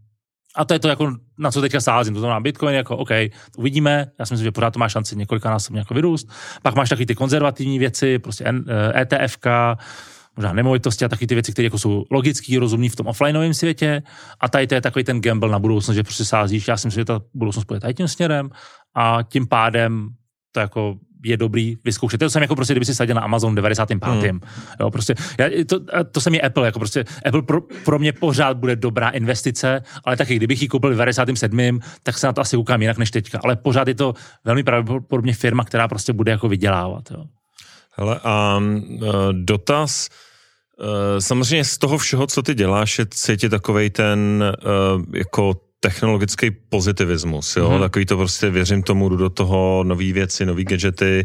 [SPEAKER 3] A to je to, jako, na co teďka sázím. To znamená Bitcoin, jako OK, uvidíme. Já si myslím, že pořád to má šanci několikanásobně jako vyrůst. Pak máš taky ty konzervativní věci, prostě ETFka, možná nemovitosti a taky ty věci, které jako jsou logický, rozumný v tom offlineovém světě. A tady to je takový ten gamble na budoucnost, že prostě sázíš. Já si myslím, že ta budoucnost půjde tady tím směrem a tím pádem to jako je dobrý vyzkoušet. To jsem jako prostě, kdyby si sadil na Amazon 95. Jo, prostě, to jsem je Apple, jako prostě Apple pro mě pořád bude dobrá investice, ale taky kdybych ji koupil v 97. tak se na to asi koukám jinak než teďka. Ale pořád je to velmi pravděpodobně firma, která prostě bude jako vydělávat. Jo.
[SPEAKER 2] Hele, a dotaz, samozřejmě z toho všeho, co ty děláš, je cítit takovej ten jako technologický pozitivismus, jo, takový to prostě věřím tomu, jdu do toho, nový věci, nový gadgety.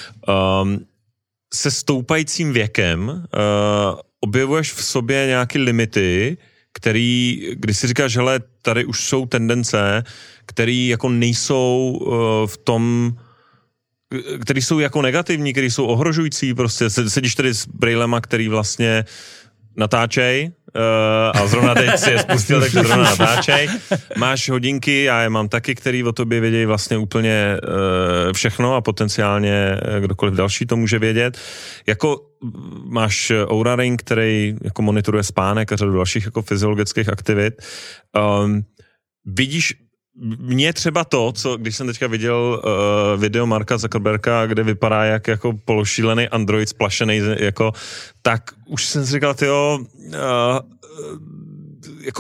[SPEAKER 2] Se stoupajícím věkem objevuješ v sobě nějaké limity, když si říkáš, hele, tady už jsou tendence, které jako nejsou v tom, které jsou jako negativní, které jsou ohrožující, prostě sedíš tady s brejlema, který vlastně natáčej, a zrovna teď si je spustil, takže zrovna natáčej. Máš hodinky, já je mám taky, který o tobě vědějí vlastně úplně všechno a potenciálně kdokoliv další to může vědět. Jako máš Oura Ring, který jako monitoruje spánek a řadu dalších jako fyziologických aktivit. Vidíš, mně třeba to, co, když jsem teďka viděl video Marka Zuckerberga, kde vypadá jak jako pološílený android splašený, jako, tak už jsem si říkal, tyjo, jako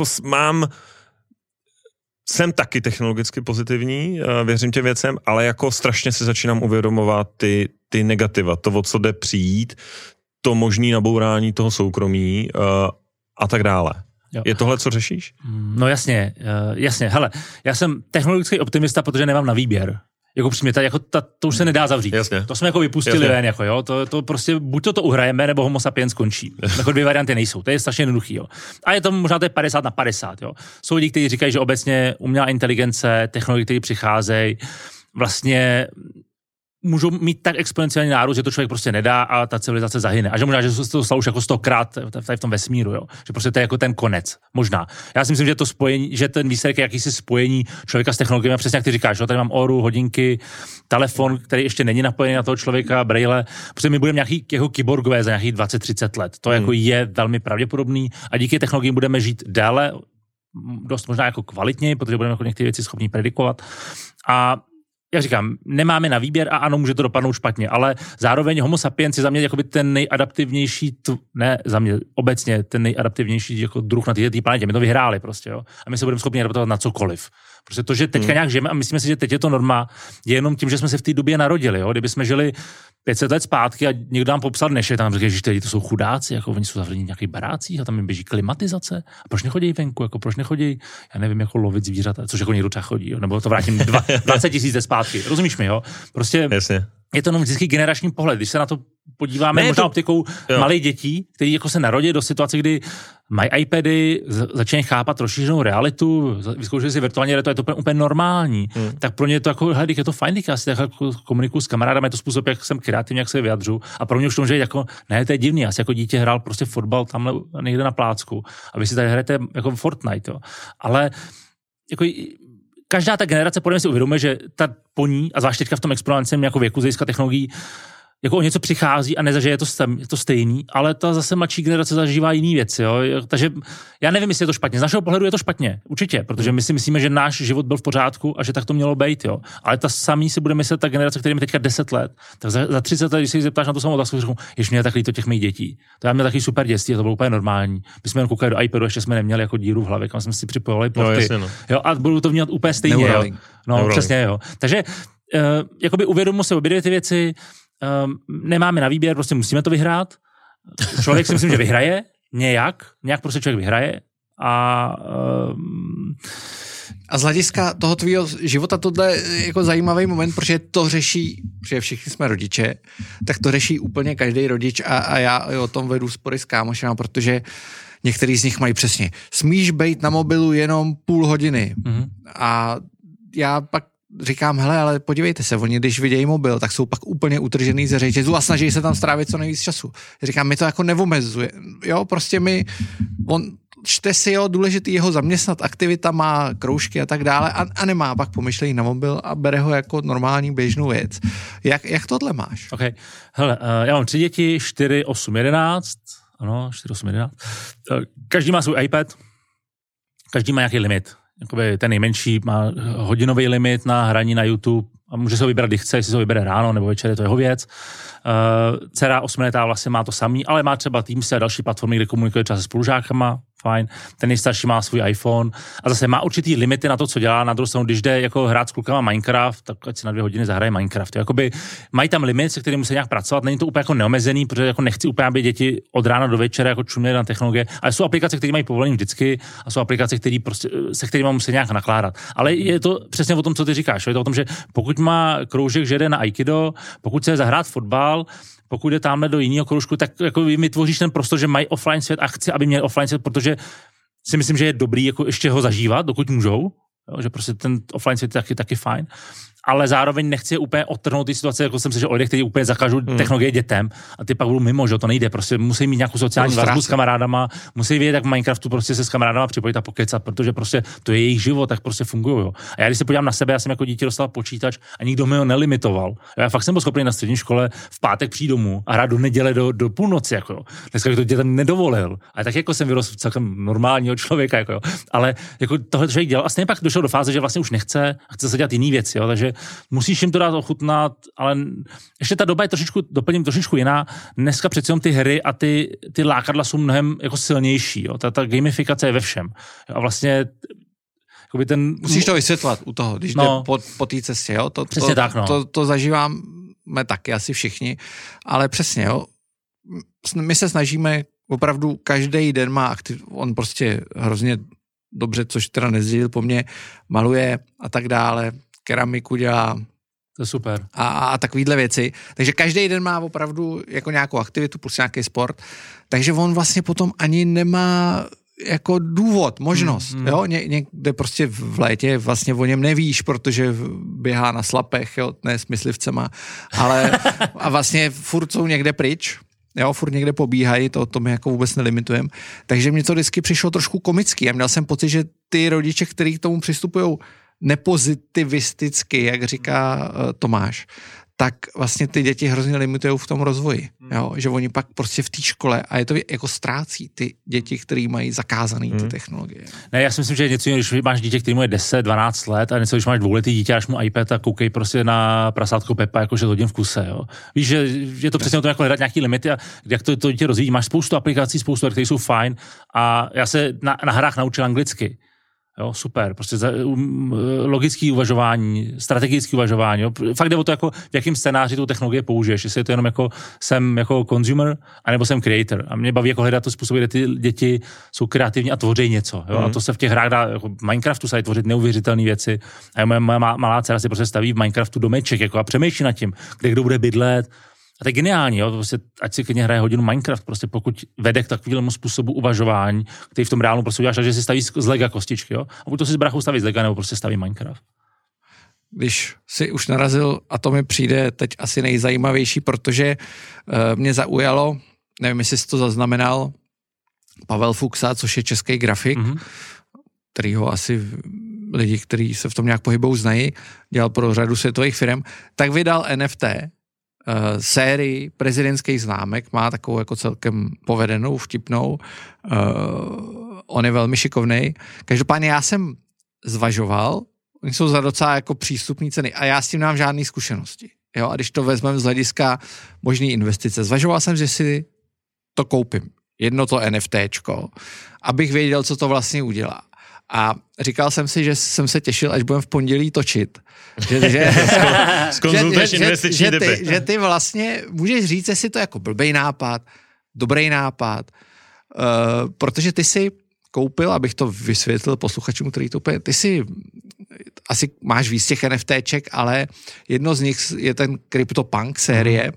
[SPEAKER 2] jsem taky technologicky pozitivní, věřím těm věcem, ale jako strašně si začínám uvědomovat ty negativa, to, o co jde přijít, to možný nabourání toho soukromí a tak dále. Jo. Je tohle, co řešíš?
[SPEAKER 3] No jasně. Hele, já jsem technologický optimista, protože nemám na výběr. Jako přímě, to už se nedá zavřít.
[SPEAKER 2] Jasně.
[SPEAKER 3] To jsme jako vypustili ven, jako jo. To prostě, buď to uhrajeme, nebo Homo sapiens skončí. Jako dvě varianty nejsou. To je strašně jednoduchý, jo. A je to možná to je 50/50, jo. Jsou lidi, kteří říkají, že obecně umělá inteligence, technologie, které přicházejí, vlastně můžou mít tak exponenciální nárůst, že to člověk prostě nedá a ta civilizace zahyne. A že možná, že se to stalo už jako 100krát tady v tom vesmíru, jo. Že prostě to je jako ten konec. Možná. Já si myslím, že to spojení, že ten výsledek je jakýsi spojení člověka s technologiemi, přesně jak ty říkáš, jo, tady mám Ouru, hodinky, telefon, který ještě není napojený na toho člověka, brejle, protože my budeme nějaký jako kyborgové za nějakých 20-30 let. To jako je velmi pravděpodobný a díky technologiím budeme žít déle, dost možná jako kvalitněji, protože budeme jako některé věci schopni predikovat. A jak říkám, nemáme na výběr a ano, může to dopadnout špatně, ale zároveň Homo sapiens je za mě jakoby ten nejadaptivnější, ne za mě, obecně ten nejadaptivnější jako druh na této planetě. My to vyhráli prostě, jo. A my se budeme schopni adaptovat na cokoliv. Prostě to, že teďka nějak žijeme a myslíme si, že teď je to norma, je jenom tím, že jsme se v té době narodili, jo. Kdyby jsme žili 500 let zpátky a někdo nám popsal dnešek, tam říká, že to jsou chudáci, jako oni jsou zavření v nějakých barácích a tam jim běží klimatizace. A proč nechodí venku, jako proč nechodí, já nevím, jako lovit zvířata, což jako někdo třeba chodí, jo? Nebo to vrátím 20 000 zpátky. Rozumíš mi, jo? Prostě
[SPEAKER 2] jasně.
[SPEAKER 3] Je to jenom vždycky generační pohled. Když se na to podíváme možná optikou malých dětí, kteří jako se narodí do situace, kdy mají iPady, začínají chápat rozšířenou realitu, vyzkoušeli si virtuální realitu, je to úplně normální. Tak pro ně je to jako, hej, je to fajn, já si jako komunikuju s kamarádami, je to způsob, jak jsem kreativní, jak se vyjadřu. A pro mě už to může jako, ne, to je divný, já si jako dítě hrál prostě fotbal tamhle někde na plácku. A vy si tady hrajete jako Fortnite, jo. Ale jako každá ta generace podle mě si uvědomuje, že ta po ní, a zvlášť teďka v tom exponenciálním jako věku z hlediska technologií, jako o něco přichází a nezažije je to stejný, ale ta zase mladší generace zažívá jiný věci, jo. Takže já nevím, jestli je to špatně. Z našeho pohledu je to špatně, určitě, protože my si myslíme, že náš život byl v pořádku a že tak to mělo být, jo. Ale ta samý si bude myslet ta generace, která je teďka 10 let, tak za 30 let, když se zeptáš na to samou otázku, řeknu, ještě měl takový to těch mých dětí. To já měl takový super dětství, to bylo úplně normální. My jsme jen koukali do iPadu, ještě jsme neměli jako díru v hlavě, kam jsme si připojili porty. Jo, a budou to mělat úplně stejně, jo. No, přesně, jo. Takže jakoby uvědomu se obě ty věci. Nemáme na výběr, prostě musíme to vyhrát. Člověk si myslím, že vyhraje, nějak prostě člověk vyhraje a
[SPEAKER 1] z hlediska toho tvýho života tohle je jako zajímavý moment, protože to řeší, protože všichni jsme rodiče, tak to řeší úplně každý rodič a já o tom vedu spory s kámošema, protože některý z nich mají přesně, smíš bejt na mobilu jenom půl hodiny a já pak říkám, hele, ale podívejte se, oni když vidějí mobil, tak jsou pak úplně utržený ze řetězu a snaží se tam strávit co nejvíc času. Říkám, mi to jako neomezuje. Jo, prostě on čte si, jo, důležitý jeho zaměstnat aktivitama, kroužky a tak dále a nemá pak pomyšlení na mobil a bere ho jako normální běžnou věc. Jak tohle máš?
[SPEAKER 3] Okay. Hele, já mám 3 děti, 4, 8, 11. Ano, 4, 8, 11. Každý má svůj iPad, každý má nějaký limit. Jakoby ten nejmenší má hodinový limit na hraní na YouTube a může se ho vybrat, kdy chce, jestli se ho vybere ráno nebo večer, je to jeho věc. Dcera 8letá vlastně má to samý, ale má třeba Teams a další platformy, kde komunikuje třeba se spolužákama, fajn. Ten nejstarší má svůj iPhone a zase má určitý limity na to, co dělá. Na druhou stranu, když jde jako hrát s klukama Minecraft, tak ať si na 2 hodiny zahraje Minecraft. Jakoby mají tam limit, se kterým musí nějak pracovat. Není to úplně jako neomezený, protože jako nechci úplně, aby děti od rána do večera jako čuměly na technologie, ale jsou aplikace, které mají povolení vždycky a jsou aplikace, které prostě, se kterými musí nějak nakládat. Ale je to přesně o tom, co ty říkáš. Je to o tom, že pokud má kroužek, že jde na aikido, pokud se zahrát fotbal, pokud jde tamhle do jiného kroužku, tak jako mi tvoříš ten prostor, že mají offline svět a chci, aby měli offline svět, protože si myslím, že je dobrý jako ještě ho zažívat, dokud můžou, jo, že prostě ten offline svět je taky fajn. Ale zároveň nechci úplně odtrhnout ty situace, jako jsem si, že o lidech, kteří úplně zakážou technologie dětem a ty pak budou mimo, že to nejde, prostě musí mít nějakou sociální vazbu s kamarádama, musí vědět, jak v Minecraftu prostě se s kamarádama připojit a pokecat, protože prostě to je jejich život, tak prostě fungují, jo. A já když se podívám na sebe, já jsem jako dítě dostal počítač a nikdo mi ho nelimitoval. Já fakt jsem byl schopný na střední škole v pátek přijít domů a hrát do neděle do půlnoci, jako jo. Dneska bych to dětem nedovolil. Ale tak jako jsem vyrostl celkem normálního člověka, jako jo. Ale jako tohle člověk dělal a stejně pak došel do fáze, že vlastně už nechce a chce se dělat jiný věci, jo. Takže musíš jim to dát ochutnat, ale ještě ta doba je trošičku jiná. Dneska přece ty hry a ty lákadla jsou mnohem jako silnější. Jo? Ta gamifikace je ve všem. A vlastně
[SPEAKER 1] musíš to vysvětlovat u toho, když jde po té cestě. Jo?
[SPEAKER 3] Přesně tak, no.
[SPEAKER 1] To zažíváme taky asi všichni, ale přesně, jo. My se snažíme opravdu každý den má on prostě hrozně dobře, což teda nezdělil po mně, maluje a tak dále, keramiku dělá.
[SPEAKER 3] To je super.
[SPEAKER 1] A takovýhle věci. Takže každý den má opravdu jako nějakou aktivitu plus nějaký sport. Takže on vlastně potom ani nemá jako důvod, možnost. Jo? Někde prostě v létě vlastně o něm nevíš, protože běhá na slapech, jo? Ne s myslivcema, ale a vlastně furt jsou někde pryč. Jo, furt někde pobíhají, to my jako vůbec nelimitujeme. Takže mně to vždycky přišlo trošku komický a měl jsem pocit, že ty rodiče, kteří k tomu přistupujou nepozitivisticky, jak říká Tomáš, tak vlastně ty děti hrozně limitujou v tom rozvoji. Jo? Že oni pak prostě v té škole, a je to jako ztrácí ty děti, které mají zakázané ty technologie.
[SPEAKER 3] Ne, já si myslím, že je něco, když máš dítě, který mu je 10-12 let, a něco, když máš dvouletý dítě, až mu iPad a koukej prostě na prasátko Pepa jako 6 hodin v kuse. Jo? Víš, že je to přesně o tom, jako hledat nějaký limity a jak to dítě rozvíjí. Máš spoustu aplikací, spoustu, které jsou fajn a já se na hrách naučil anglicky. Jo, super, prostě logické uvažování, strategické uvažování. Jo. Fakt jde o to, jako, v jakém scénáři tu technologie použiješ, jestli je to jenom jako jsem jako consumer, anebo jsem creator. A mě baví jako hledat to způsob, kde ty děti jsou kreativní a tvoří něco. Jo. A to se v těch hrách dá, jako v Minecraftu se dají tvořit neuvěřitelné věci. A moje malá dcera si prostě staví v Minecraftu domeček jako, a přemýšlí nad tím, kde kdo bude bydlet. A to je geniální, jo? Prostě, ať si klidně hraje hodinu Minecraft, prostě pokud vede k takovému způsobu uvažování, který v tom reálnu prostě uděláš, že si staví z Lega kostičky, jo? A buď to si s brachou staví z Lega, nebo prostě staví Minecraft.
[SPEAKER 1] Když si už narazil, a to mi přijde teď asi nejzajímavější, protože mě zaujalo, nevím, jestli jsi to zaznamenal, Pavel Fuxa, což je český grafik, kterýho asi lidi, kteří se v tom nějak pohybou znají, dělal pro řadu světových firm, tak vydal NFT, sérii prezidentských známek, má takovou jako celkem povedenou, vtipnou, on je velmi šikovnej. Každopádně já jsem zvažoval, oni jsou za docela jako přístupné ceny a já s tím nemám žádné zkušenosti. Jo? A když to vezmeme z hlediska možný investice, zvažoval jsem, že si to koupím, jedno to NFTčko, abych věděl, co to vlastně udělá. A říkal jsem si, že jsem se těšil, až budeme v pondělí točit. Že ty vlastně můžeš říct, jestli to jako blbej nápad, dobrý nápad, protože ty si koupil, abych to vysvětlil posluchačům, který to úplně, ty si asi máš víc těch NFTček, ale jedno z nich je ten CryptoPunk série,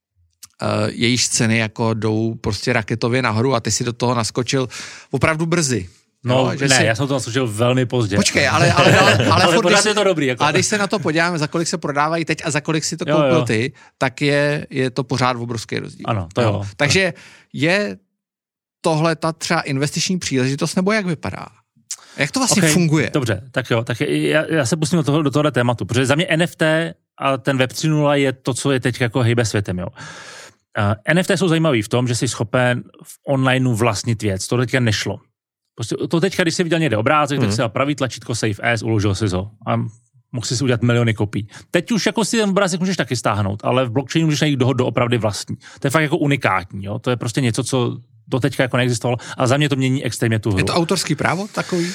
[SPEAKER 1] jejíž ceny jako jdou prostě raketově nahoru a ty si do toho naskočil opravdu brzy.
[SPEAKER 3] No, že já jsem to naskočil velmi pozdě.
[SPEAKER 1] Počkej, ale
[SPEAKER 3] furt, je to dobrý. Jako.
[SPEAKER 1] A když se na to podíváme, za kolik se prodávají teď a za kolik si to koupil ty, tak je to pořád obrovský rozdíl.
[SPEAKER 3] Ano, to jo.
[SPEAKER 1] Takže je tohle ta třeba investiční příležitost, nebo jak vypadá? Jak to vlastně funguje?
[SPEAKER 3] Dobře, tak jo, tak já se pustím do tohohle tématu, protože za mě NFT a ten Web 3.0 je to, co je teď jako hejbe světem, jo. NFT jsou zajímavý v tom, že jsi schopen v onlineu vlastnit věc. To teďka nešlo. Prostě to teďka, když jsi viděl někde obrázek, tak si dal pravý tlačítko Save As, uložil si ho a mohl si udělat miliony kopií. Teď už jako si ten obrázek můžeš taky stáhnout, ale v blockchainu můžeš najít doopravdy vlastní. To je fakt jako unikátní, jo? To je prostě něco, co do teďka jako neexistovalo, a za mě to mění extrémně tu hru.
[SPEAKER 1] Je to autorský právo takový?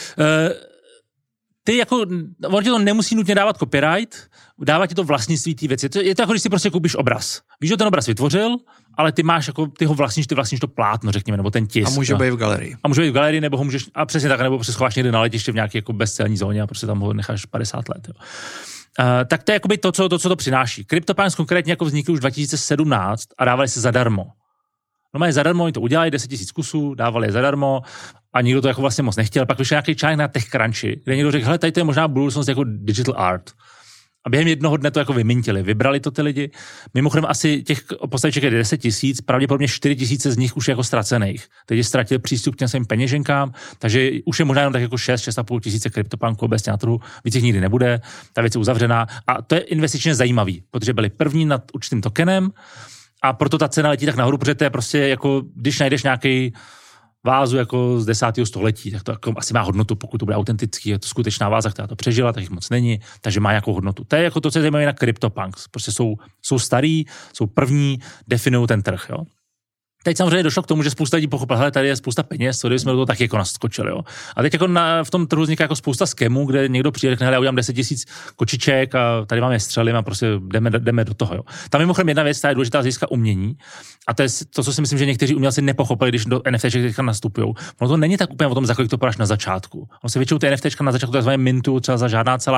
[SPEAKER 3] Ty jako, on ti to nemusí nutně dávat copyright, dává ti to vlastnictví té věci. Je to jako, když si prostě koupíš obraz. Víš, že ten obraz vytvořil, ale ty máš jako, ty vlastníš to plátno, řekněme, nebo ten tisk.
[SPEAKER 1] A může být v galerii.
[SPEAKER 3] A může být v galerii, nebo ho můžeš, a přesně tak, nebo prostě schováš někde na letiště v nějaké jako bezcelní zóně a prostě tam ho necháš 50 let. Jo. Tak to je jakoby to, co to přináší. CryptoPunks konkrétně jako vznikl už 2017 a dávali se zadarmo. No mají zadarmo, oni to udělali, 10 000 kusů, dávali je zadarmo a nikdo to jako vlastně moc nechtěl. Pak vyšel nějaký článek na TechCrunchi, kde někdo řekl, hele, tady to je možná budoucnost jako digital art. A během jednoho dne to jako vymintili, vybrali to ty lidi. Mimochodem asi těch postaviček je 10 000, pravděpodobně 4 000 z nich už je jako ztracených. Teď ztratil přístup k těm svým peněženkám, takže už je možná jenom tak jako 6,5 tisíce CryptoPunků obecně na trhu, víc jich nikdy nebude, ta věc je uzavřená a to je investičně zajímavý, protože byli první nad určitým tokenem a proto ta cena letí tak nahoru, protože to je prostě jako, když najdeš nějaký vázu jako z 10. století, tak to jako asi má hodnotu, pokud to bude autentický, je to skutečná váza, která to přežila, tak jich moc není, takže má nějakou hodnotu. To je jako to, co je zajímavé na CryptoPunks. Prostě jsou starý, jsou první, definují ten trh, jo. Teď samozřejmě došlo k tomu, že spousta lidí pochopila, hele, tady je spousta peněz, co jsme do toho taky jako naskočili, jo. A teď jako v tom trhu vzniká jako spousta skemů, kde někdo přijde, řekne, hele, já udělám 10 000 kočiček a tady máme střely a prostě jdeme do toho, jo. Tam mimochodem jedna věc, která je důležitá z hlediska umění, a to je to, co si myslím, že někteří umělci nepochopili, když do NFTček teďka nastupují. Ono to není tak úplně o tom, za kolik to podáš na začátku. On se většinou ty NFTčka na začátku takzvané mintu třeba za žádná celá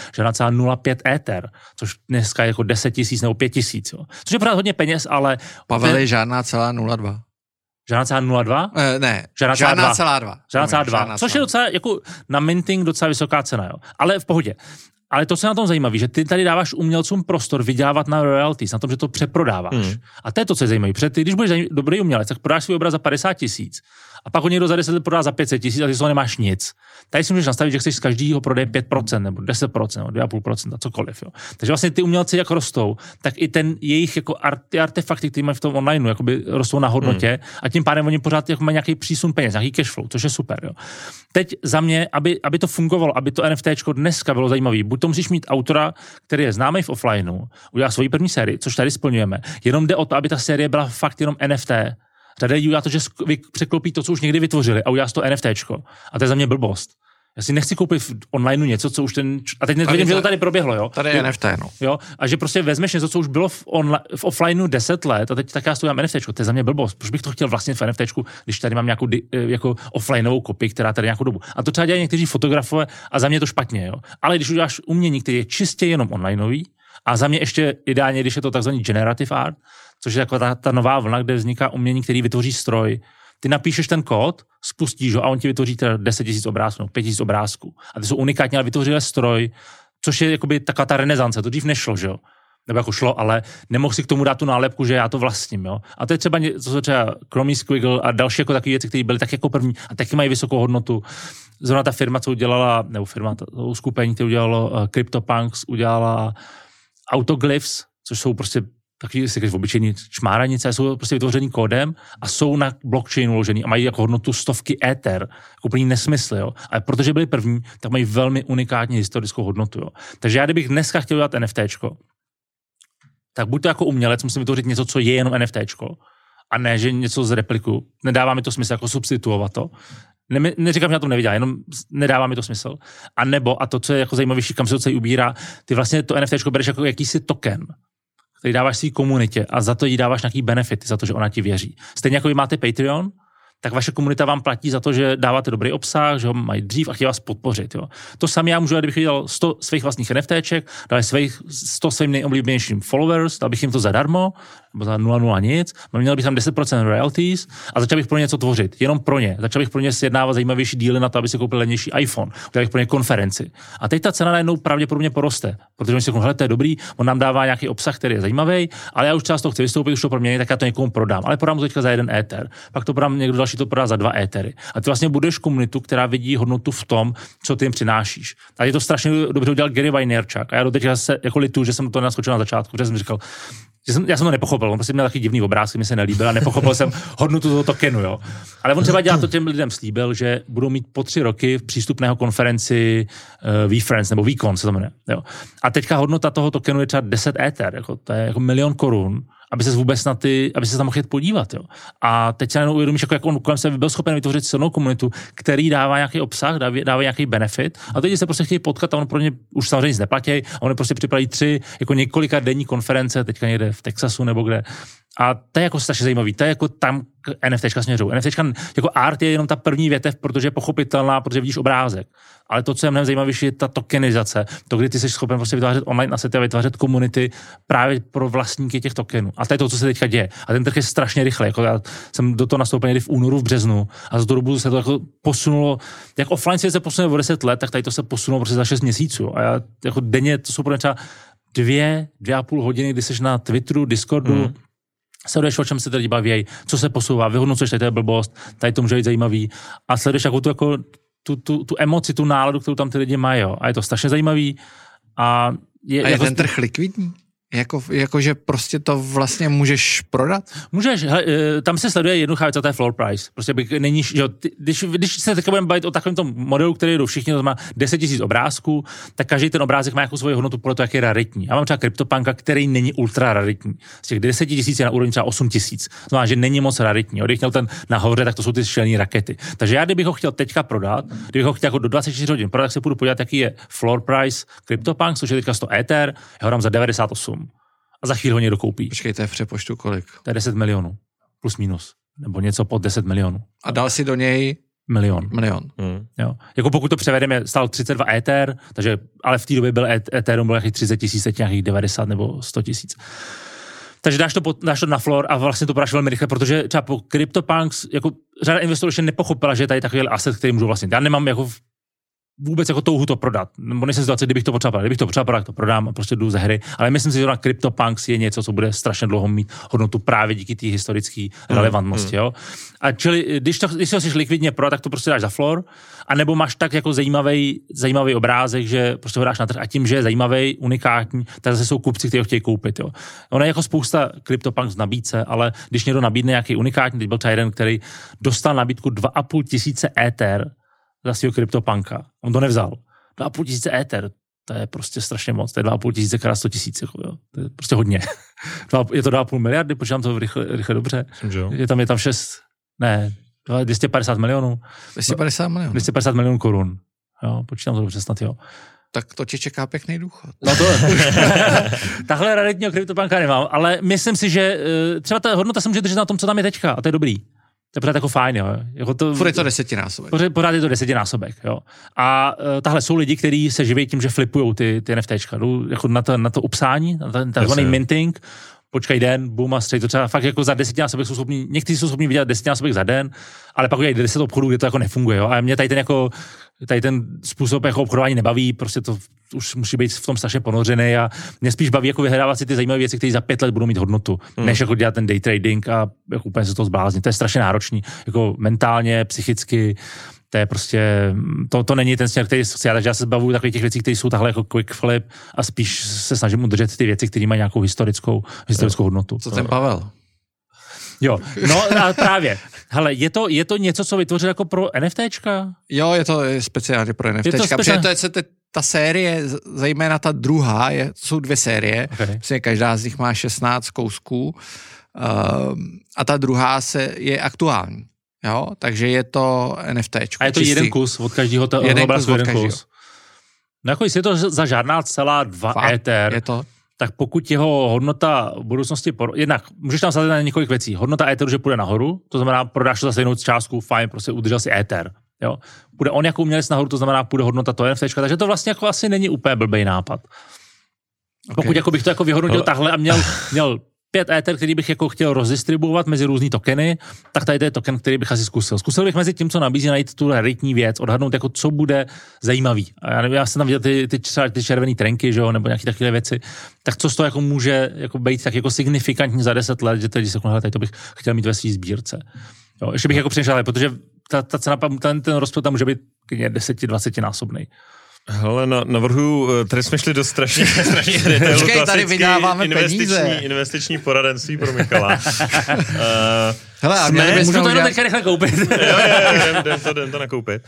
[SPEAKER 3] 0,5 Ether, což dneska je jako 10 000 nebo 5 000, jo. Což je pořád hodně peněz, ale
[SPEAKER 1] Pavel je žádná celá 0,2.
[SPEAKER 3] Žádná celá 0,2?
[SPEAKER 1] Ne,
[SPEAKER 3] žádná celá 2. Žádná celá 2. Což je docela jako na minting docela vysoká cena, jo. Ale v pohodě. Ale to, co je na tom zajímavé, že ty tady dáváš umělcům prostor vydělávat na royalties, na tom, že to přeprodáváš. A to je to, co je zajímavé. Protože ty, když budeš dobrý umělec, tak prodáš svůj obraz za 50 000 A pak ho někdo za 10 let prodá za 500 000 a ty z toho nemáš nic. Tady si můžeš nastavit, že chceš z každého prodeje 5% nebo 10% nebo 2,5% a cokoliv. Jo. Takže vlastně ty umělci, jak rostou, tak i ten jejich jako ty artefakty, které mají v tom online, jakoby rostou na hodnotě a tím pádem oni pořád jako mají nějaký přísun peněz, nějaký cashflow, což je super. Jo. Teď za mě, aby to fungovalo, aby to NFTčko dneska bylo zajímavý, buď to musíš mít autora, který je známý v offlineu, udělá svoji první sérii, což tady splňujeme. Jenom jde o to, aby ta série byla fakt jenom NFT. Řada lidí udělá to, že překlopí to, co už někdy vytvořili a udělá z toho NFTčko. A to je za mě blbost. Já si nechci koupit v onlineu něco, co už ten... A teď nevidím, že to tady proběhlo, jo?
[SPEAKER 1] Tady je NFT, no.
[SPEAKER 3] Jo? A že prostě vezmeš něco, co už bylo v offlineu 10 let a teď tak já s toho mám NFTčko. To je za mě blbost. Proč bych to chtěl vlastně v NFTčku, když tady mám nějakou jako offlineovou kopii, která tady nějakou dobu. A to třeba dělají někteří fotografové a za mě to špatně, jo? Ale když uděláš umění, který je čistě jenom onlineový, a za mě ještě ideálně, když je to takzvaný generative art, což je jako ta nová vlna, kde vzniká umění, který vytvoří stroj. Ty napíšeš ten kód, spustíš ho a on ti vytvoří teda 10 000 obrázků, no, 5 000 obrázků. A ty jsou unikátní, ale vytvořili stroj, což je jakoby taková ta renesance. To dřív nešlo, že jo? Nebo jako šlo, ale nemohl si k tomu dát tu nálepku, že já to vlastním, jo? A to je třeba Chromie Squiggle a další jako takové věci, které byly tak jako první a taky mají vysokou hodnotu. Zrovna ta firma, co udělala, nebo firma, to uskupení, které udělalo CryptoPunks, udělala Autoglyphs, což jsou prostě takový obyčejný šmáranice, jsou prostě vytvořený kódem a jsou na blockchainu uložený a mají jako hodnotu stovky Ether, jako úplný nesmysl, jo. Ale protože byli první, tak mají velmi unikátní historickou hodnotu, jo. Takže já kdybych dneska chtěl dělat NFTčko, tak buď to jako umělec musím vytvořit něco, co je jenom NFTčko, a ne, že něco zreplikuju. Nedává mi to smysl jako substituovat to. Neříkám, že na to neviděl, jenom nedává mi to smysl. A nebo, a to, co je jako zajímavější, kam se to celý ubírá, ty vlastně to NFTčko bereš jako jakýsi token, který dáváš svý komunitě a za to jí dáváš nějaký benefity, za to, že ona ti věří. Stejně jako vy máte Patreon, tak vaše komunita vám platí za to, že dáváte dobrý obsah, že ho mají dřív a chtějí vás podpořit. Jo. To samé já můžu, kdybych dělal 100 svých vlastních NFTček, dal 100 svým nejoblíbenějším followers, dal bych jim to zadarmo, nebo za 0,0 nic, měl bych tam 10% royalties a začal bych pro ně něco tvořit, jenom pro ně. Začal bych pro ně sjednávat zajímavější díly na to, aby si koupil levnější iPhone, udělal bych pro ně konferenci. A teď ta cena najednou pravděpodobně poroste, protože oni si řeknou, hele, to je dobrý, on nám dává nějaký obsah, který je zajímavý, ale já už často chci vystoupit, už to proměnit, tak já to někomu prodám, ale prodám to teďka za 1 Ether. Pak to prodám, někdo další to prodá za 2 Ethery. A ty vlastně budeš komunitu, která vidí hodnotu v tom, co ty jim přinášíš. A je to strašně dobře udělal Gary Vaynerchuk. A já do teďka se jako lituju, že jsem do toho naskočil na začátku, protože jsem říkal, já jsem to nepochopil, on prostě měl taky divný obrázky, mi se nelíbil a nepochopil jsem hodnotu toho tokenu, jo. Ale on třeba dělá to těm lidem slíbil, že budou mít po 3 roky přístupného konferenci VFriends nebo VCon se to jmenuje, jo. A teďka hodnota toho tokenu je třeba 10 Ether, jako to je jako 1 000 000 korun, aby se vůbec aby se tam mohl jít podívat, jo. A teď se uvědomíš, jako jak on kolem sebe byl schopen vytvořit silnou komunitu, který dává nějaký obsah, dává nějaký benefit. A teď se prostě chtějí potkat a on pro ně už samozřejmě nic neplatí a oni prostě připraví 3 jako několika denní konference, teďka někde v Texasu nebo kde. A to je jako strašně zajímavý, to je jako tam NFTčka směřují. NFTčka jako art je jenom ta první větev, protože je pochopitelná, protože vidíš obrázek. Ale to, co je mnohem zajímavější, je ta tokenizace. To, kdy ty jsi schopen prostě vytvářet online asety a vytvářet komunity právě pro vlastníky těch tokenů. A to je to, co se teďka děje. A ten trh je strašně rychle. Jako já jsem do toho nastoupil někdy v únoru, v březnu a z dobu se to jako posunulo. Jak offline se posunuje o 10 let, tak tady to se posunulo prostě za 6 měsíců. A já jako denně, to jsou pro mě třeba 2,5 hodiny, kdy jsi na Twitteru, Discordu, sleduješ, o čem se tady baví, co se posouvá, vyhodnocuješ, tady to je blbost, tady to může být zajímavý a sleduješ jako tu emoci, tu náladu, kterou tam ty lidi mají, jo. A je to strašně zajímavý. A je
[SPEAKER 1] jako ten trh likvidní? Jako, že prostě to vlastně můžeš prodat?
[SPEAKER 3] Můžeš, tam se sleduje jednoduchá věc, to je floor price. Prostě není, jo, když se takhle budeme bavit o takovém tom modelu, který jdou všichni, to má 10 000 obrázků, tak každý ten obrázek má nějakou svoji hodnotu podle toho, jak je raritní. Já mám třeba CryptoPunka, který není ultra raritní. Z těch 10 000 je na úrovni třeba 8 000. Znamená, že není moc raritní. Když měl ten nahoře, tak to jsou ty šílené rakety. Takže já, kdybych ho chtěl teďka prodat, kdybych ho chtěl jako do 24 hodin prodat, tak se půjdu podívat, jaký je floor price CryptoPunk, což je teďka 100 Ether, já ho dám za 98. A za chvíli ho někdo koupí.
[SPEAKER 1] Počkej, to je v přepočtu kolik?
[SPEAKER 3] To je 10 milionů. Plus minus. Nebo něco pod 10 milionů.
[SPEAKER 1] A dal si do něj? Milion.
[SPEAKER 3] Jo. Jako pokud to převedeme, stál 32 Ether, takže, ale v té době byl Ethereum byl nějakých 30 000, teď nějakých 90 nebo 100 000. Takže dáš to na floor a vlastně to podáš velmi rychle, protože třeba po CryptoPunks, jako řada investorů ještě nepochopila, že je tady takový asset, který můžu vlastnit. Já nemám jako vůbec jako touhu to prodat. Nebo nejsem situace, kdybych to potřeboval. Kdybych to potřeboval, to prodám a prostě jdu ze hry. Ale myslím si, že na CryptoPunks je něco, co bude strašně dlouho mít hodnotu právě díky té historické relevantnosti. Jo? A čili, když si ho chceš likvidně prodat, tak to prostě dáš za floor. A nebo máš tak jako zajímavý obrázek, že prostě ho dáš na trh a tím, že je zajímavý, unikátní, tak zase jsou kupci, kteří ho chtějí koupit. Jo? Ono je jako spousta CryptoPunks v nabídce, ale když někdo nabídne nějaký unikátní, teď byl to jeden, který dostal nabídku 2500 Ether za svého CryptoPunka. On to nevzal. 2500 Ether, to je prostě strašně moc. To je 2500 krát 100 000. Jo. To je prostě hodně. Je to 2,5 miliardy, počítám to rychle dobře. Je tam 250 milionů. 250 milionů korun. Jo, počítám to dobře snad, jo.
[SPEAKER 1] Tak to tě čeká pěkný důchod.
[SPEAKER 3] No to tahle raritního CryptoPunka nemám, ale myslím si, že třeba ta hodnota se může držet na tom, co tam je teďka, a to je dobrý. To je pořád jako fajn, jo. Jako
[SPEAKER 1] furt je to 10násobek.
[SPEAKER 3] Pořád je to 10násobek, jo. A tahle jsou lidi, kteří se živí tím, že flipujou ty NFTčka. Jdou jako na to upsání, na ten takzvaný minting, počkají den, boom a střej, to třeba fakt jako za 10násobek jsou schopní, někteří jsou schopní vydělat 10násobek za den, ale pak udělají 10 obchodů, kde to jako nefunguje, jo. A mě tady ten způsob jako obchodování nebaví, prostě to už musí být v tom strašně ponořený a mě spíš baví jako vyhledávat si ty zajímavé věci, které za 5 let budou mít hodnotu, než jako dělat ten day trading a jako úplně se toho zbláznit. To je strašně náročný, jako mentálně, psychicky. To je prostě, to není ten směr, který chci, takže já se zbavuju takových těch věcí, které jsou takhle jako quick flip a spíš se snažím udržet ty věci, které mají nějakou historickou hodnotu.
[SPEAKER 1] Co ten Pavel?
[SPEAKER 3] Jo, no a právě. Hele, je to něco, co vytvořil jako pro NFTčka?
[SPEAKER 1] Jo, je to speciálně pro NFTčka, protože ta série, zejména ta druhá, jsou 2 série, okay. Každá z nich má 16 kousků a ta druhá je aktuální. Jo, takže je to NFTčko.
[SPEAKER 3] A je to čistý. Jeden kus od každého jeden kus. No jako jestli je to za žádná celá 2 Ether,
[SPEAKER 1] je to.
[SPEAKER 3] Tak pokud jeho hodnota v budoucnosti, jednak můžeš tam sázet na několik věcí. Hodnota Etheru, že půjde nahoru, to znamená, prodáš to za stejnou částku, fajn, prostě udržel si Ether. Jo? Půjde on jako umělec nahoru, to znamená, půjde hodnota to NFTčka, takže to vlastně jako asi není úplně blbej nápad. Okay. Pokud jako bych to jako vyhodnotil takhle a měl 5 Ether, který bych jako chtěl rozdistribuovat mezi různý tokeny, tak tady to je token, který bych asi zkusil. Zkusil bych mezi tím, co nabízí, najít tu raritní věc, odhadnout, jako co bude zajímavý. A já nevím, já jsem tam viděl ty červený trenky, že jo, nebo nějaké takové věci. Tak co z toho jako může jako být tak jako signifikantní za 10 let, že tady se tady to bych chtěl mít ve své sbírce. Jo, ještě bych jako přemýšlel, protože ta cena, ten rozpět tam může být 10-20 násobný.
[SPEAKER 2] Hele, navrhuju, tady jsme šli do strašně detailu.
[SPEAKER 1] Počkej, tady vydáváme
[SPEAKER 2] investiční poradenství pro Michala.
[SPEAKER 1] Hele, a
[SPEAKER 3] můžu to jenom teďka rychle koupit.
[SPEAKER 2] Jdem to nakoupit.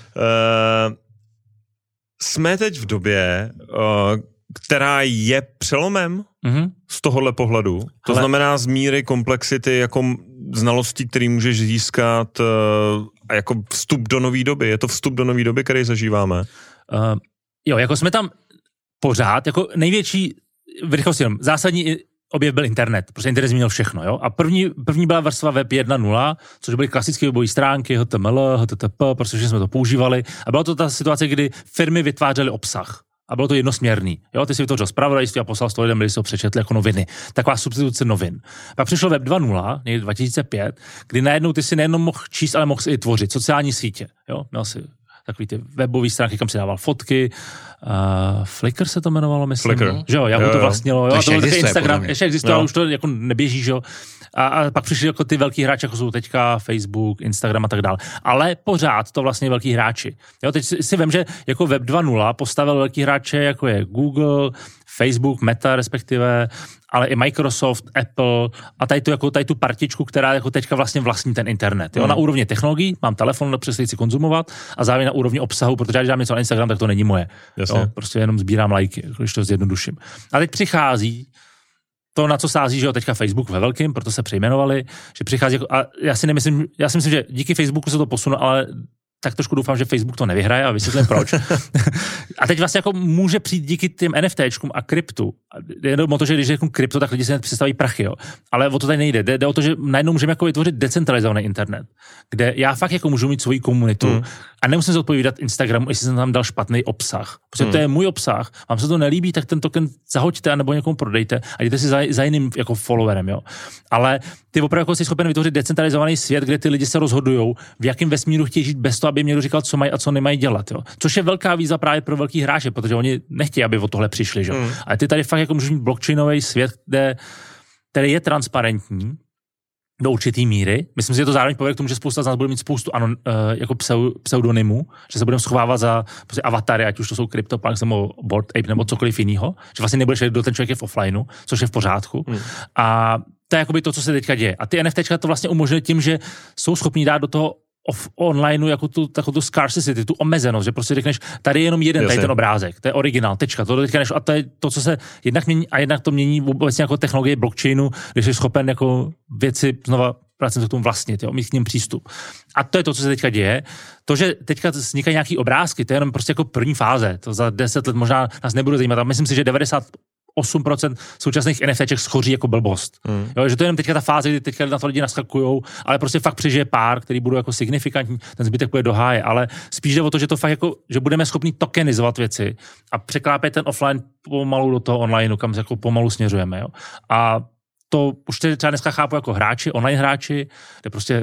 [SPEAKER 2] Jsme teď v době, která je přelomem z tohohle pohledu. To znamená z míry komplexity jako znalostí, který můžeš získat a jako vstup do nové doby. Je to vstup do nové doby, který zažíváme?
[SPEAKER 3] Jo, jako jsme tam pořád, jako největší, v rychlosti jenom, zásadní objev byl internet, protože internet změnil všechno, jo, a první byla vrstva web 1.0, což byly klasické webové stránky, HTML, HTTP, protože jsme to používali a byla to ta situace, kdy firmy vytvářely obsah. A bylo to jednosměrný. Jo, ty si vytvořil zpravodajství a poslal 100 lidem, byli si ho přečetli jako noviny. Taková substituce novin. Pak přišlo web 2.0, někdy 2005, kdy najednou ty si nejenom mohl číst, ale mohl si i tvořit sociální sítě. Jo, měl si takový ty webové stránky, kam si dával fotky. Flickr se to jmenovalo, myslím.
[SPEAKER 2] Flickr.
[SPEAKER 3] Že jo, Yahoo to vlastnilo. Jo, a to byl takový Instagram. Ještě existuje, ale už to jako neběží, že jo. A pak přišli jako ty velký hráči, jako jsou teďka Facebook, Instagram a tak dále. Ale pořád to vlastně velký hráči. Jo, teď si vem, že jako web 2.0 postavil velký hráče, jako je Google, Facebook, Meta respektive, ale i Microsoft, Apple a tady tu partičku, která jako teďka vlastně vlastní ten internet. Jo, na úrovni technologií, mám telefon, přesně si konzumovat a zároveň na úrovni obsahu, protože když dám něco na Instagram, tak to není moje. Jo, prostě jenom sbírám lajky, když to zjednoduším. A teď přichází to, na co sází, že jo, teďka Facebook ve velkým, proto se přejmenovali, že přichází, a já si myslím, že díky Facebooku se to posune, ale tak trošku doufám, že Facebook to nevyhraje a vysvětlím proč. A teď vlastně jako může přijít díky těm NFTčkům a kryptu. Jenom o to, že když řeknu krypto, tak lidi si představí prachy, jo. Ale o to tady nejde. Jde o to, že najednou můžeme jako vytvořit decentralizovaný internet, kde já fakt jako můžu mít svoji komunitu a nemusím se odpovídat Instagramu, jestli jsem tam dal špatný obsah. Protože to je můj obsah. Vám se to nelíbí, tak ten token zahoďte anebo někomu prodejte a jděte si za jiným jako followerem, jo. Ale ty opravdu jako jsi schopen vytvořit decentralizovaný svět, kde ty lidi se rozhodují, v jakém vesmíru chtějí žít bez toho, aby aby jim někdo říkal, co mají a co nemají dělat. Jo. Což je velká výzva právě pro velký hráče, protože oni nechtějí, aby o tohle přišli. Že? Ale ty tady fakt jako můžeš mít blockchainový svět, který je transparentní do určitý míry. Myslím si, že to zároveň povede k tomu, že spousta z nás bude mít spoustu jako pseudonymů, že se budeme schovávat za prostě avatary, ať už to jsou CryptoPunks nebo Bored Ape nebo cokoliv jiného, že vlastně nebudeš vědět, kdo ten člověk je v offlineu, což je v pořádku. A to je jakoby to, co se teďka děje. A ty NFTčka to vlastně umožňuje tím, že jsou schopní dát do toho online jako tu scarcity, tu omezenost, že prostě řekneš, tady je jenom jeden, tady ten obrázek, to je originál, tečka, to teďka než, a to je to, co se jednak mění a jednak to mění vůbec jako technologie blockchainu, když jsi schopen jako věci znova pracujeme k tomu vlastnit, jo, mít k ním přístup. A to je to, co se teďka děje. To, že teďka vznikají nějaký obrázky, to je jenom prostě jako první fáze, to za 10 let možná nás nebude zajímat, a myslím si, že 8% současných NFTček schoří jako blbost. Jo, že to je jenom teďka ta fáze, kdy teďka na to lidi naskakujou, ale prostě fakt přežije pár, který budou jako signifikantní, ten zbytek půjde do háje, ale spíš jde o to, že to fakt jako, že budeme schopni tokenizovat věci a překlápět ten offline pomalu do toho online, kam jako pomalu směřujeme, jo. A to už třeba dneska chápu jako hráči, online hráči, kde prostě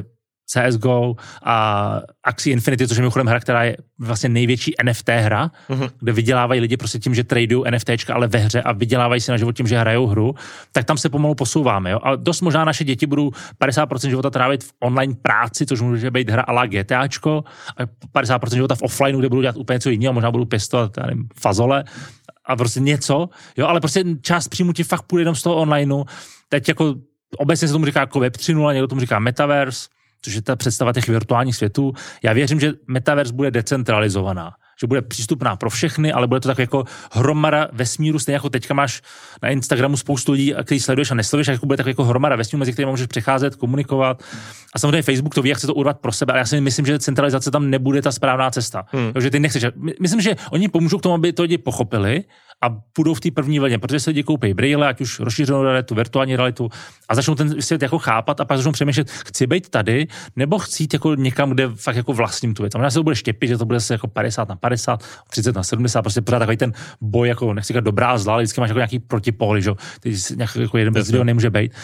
[SPEAKER 3] CSGO a Axie Infinity, což je mimochodem hra, která je vlastně největší NFT hra, kde vydělávají lidi prostě tím, že tradují NFTčka, ale ve hře a vydělávají si na život tím, že hrajou hru, tak tam se pomalu posouváme. Jo? A dost možná naše děti budou 50% života trávit v online práci, což může být hra a la GTAčko, a 50% života v offlineu, kde budou dělat úplně něco jiného, možná budou pěstovat fazole a prostě něco, jo, ale prostě část příjmu ti fakt půjde jenom z toho onlineu. Teď jako obecně se tomu říká jako Web 3.0, někdo tomu říká Metaverse, což je ta představa těch virtuálních světů. Já věřím, že Metaverse bude decentralizovaná, že bude přístupná pro všechny, ale bude to tak jako hromada vesmíru, stejně jako teďka máš na Instagramu spoustu lidí, který sleduješ a nesleduješ, jako bude tak jako hromada vesmíru, mezi kterými můžeš přecházet, komunikovat. A samozřejmě Facebook to ví, jak se to urvat pro sebe, ale já si myslím, že centralizace tam nebude ta správná cesta. Takže ty nechceš. Myslím, že oni pomůžou k tomu, aby to lidi pochopili a budou v té první vlně, protože se lidi koupí brýle, ať už rozšířenou realitu, virtuální realitu, a začnou ten svět jako chápat a pak začnou přemýšlet, chci být tady, nebo chci jít jako někam, kde fakt jako vlastním tu věc. A možná se to bude štěpit, že to bude se jako 50/50, 30/70, prostě pořád takový ten boj, jako nechci říkat dobrá a zlá, ale vždycky máš jako nějaký protipóly, že ty jako jeden bez druhého nemůže být.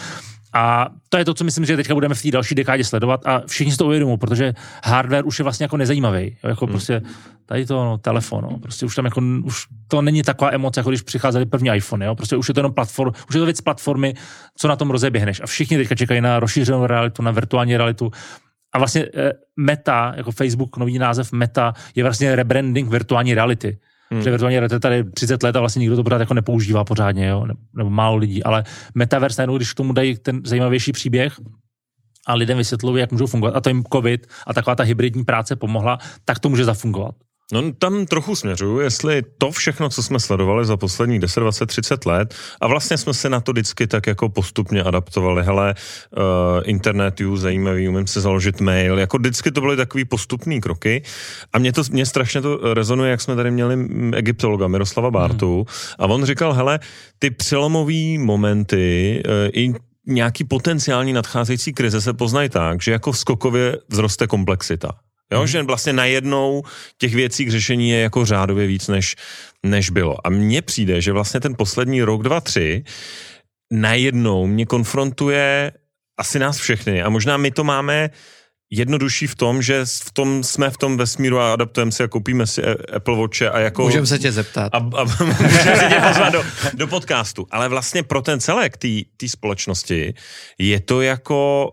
[SPEAKER 3] A to je to, co myslím, že teďka budeme v té další dekádě sledovat a všichni si to uvědomují, protože hardware už je vlastně jako nezajímavý. Jako prostě tady to telefon, prostě už tam jako, už to není taková emoce, jako když přicházely první iPhone, jo? Prostě už je to jenom už je to věc platformy, co na tom rozeběhneš. A všichni teďka čekají na rozšířenou realitu, na virtuální realitu. A vlastně Meta, jako Facebook, nový název Meta, je vlastně rebranding virtuální reality. Že virtuální realita tady 30 let a vlastně nikdo to pořád jako nepoužívá pořádně, jo? Nebo málo lidí, ale Metaverse najednou, když k tomu dají ten zajímavější příběh a lidem vysvětlují, jak můžou fungovat, a to jim COVID a taková ta hybridní práce pomohla, tak to může zafungovat.
[SPEAKER 2] No tam trochu směřuju, jestli to všechno, co jsme sledovali za posledních 10, 20, 30 let a vlastně jsme se na to vždycky tak jako postupně adaptovali, hele, internet, zajímavý, umím si založit mail, jako vždycky to byly takový postupný kroky a mě strašně to rezonuje, jak jsme tady měli egyptologa Miroslava Bártu a on říkal, hele, ty přelomový momenty i nějaký potenciální nadcházející krize se poznají tak, že jako skokově vzroste komplexita. Jo, že vlastně najednou těch věcí k řešení je jako řádově víc, než bylo. A mně přijde, že vlastně ten poslední rok, 2, 3 najednou mě konfrontuje asi nás všechny. A možná my to máme jednodušší v tom, že jsme v tom vesmíru a adaptujeme si a koupíme si Apple Watche a jako...
[SPEAKER 1] Můžeme se tě zeptat.
[SPEAKER 2] A můžeme se tě pozvat do podcastu. Ale vlastně pro ten celek té společnosti je to jako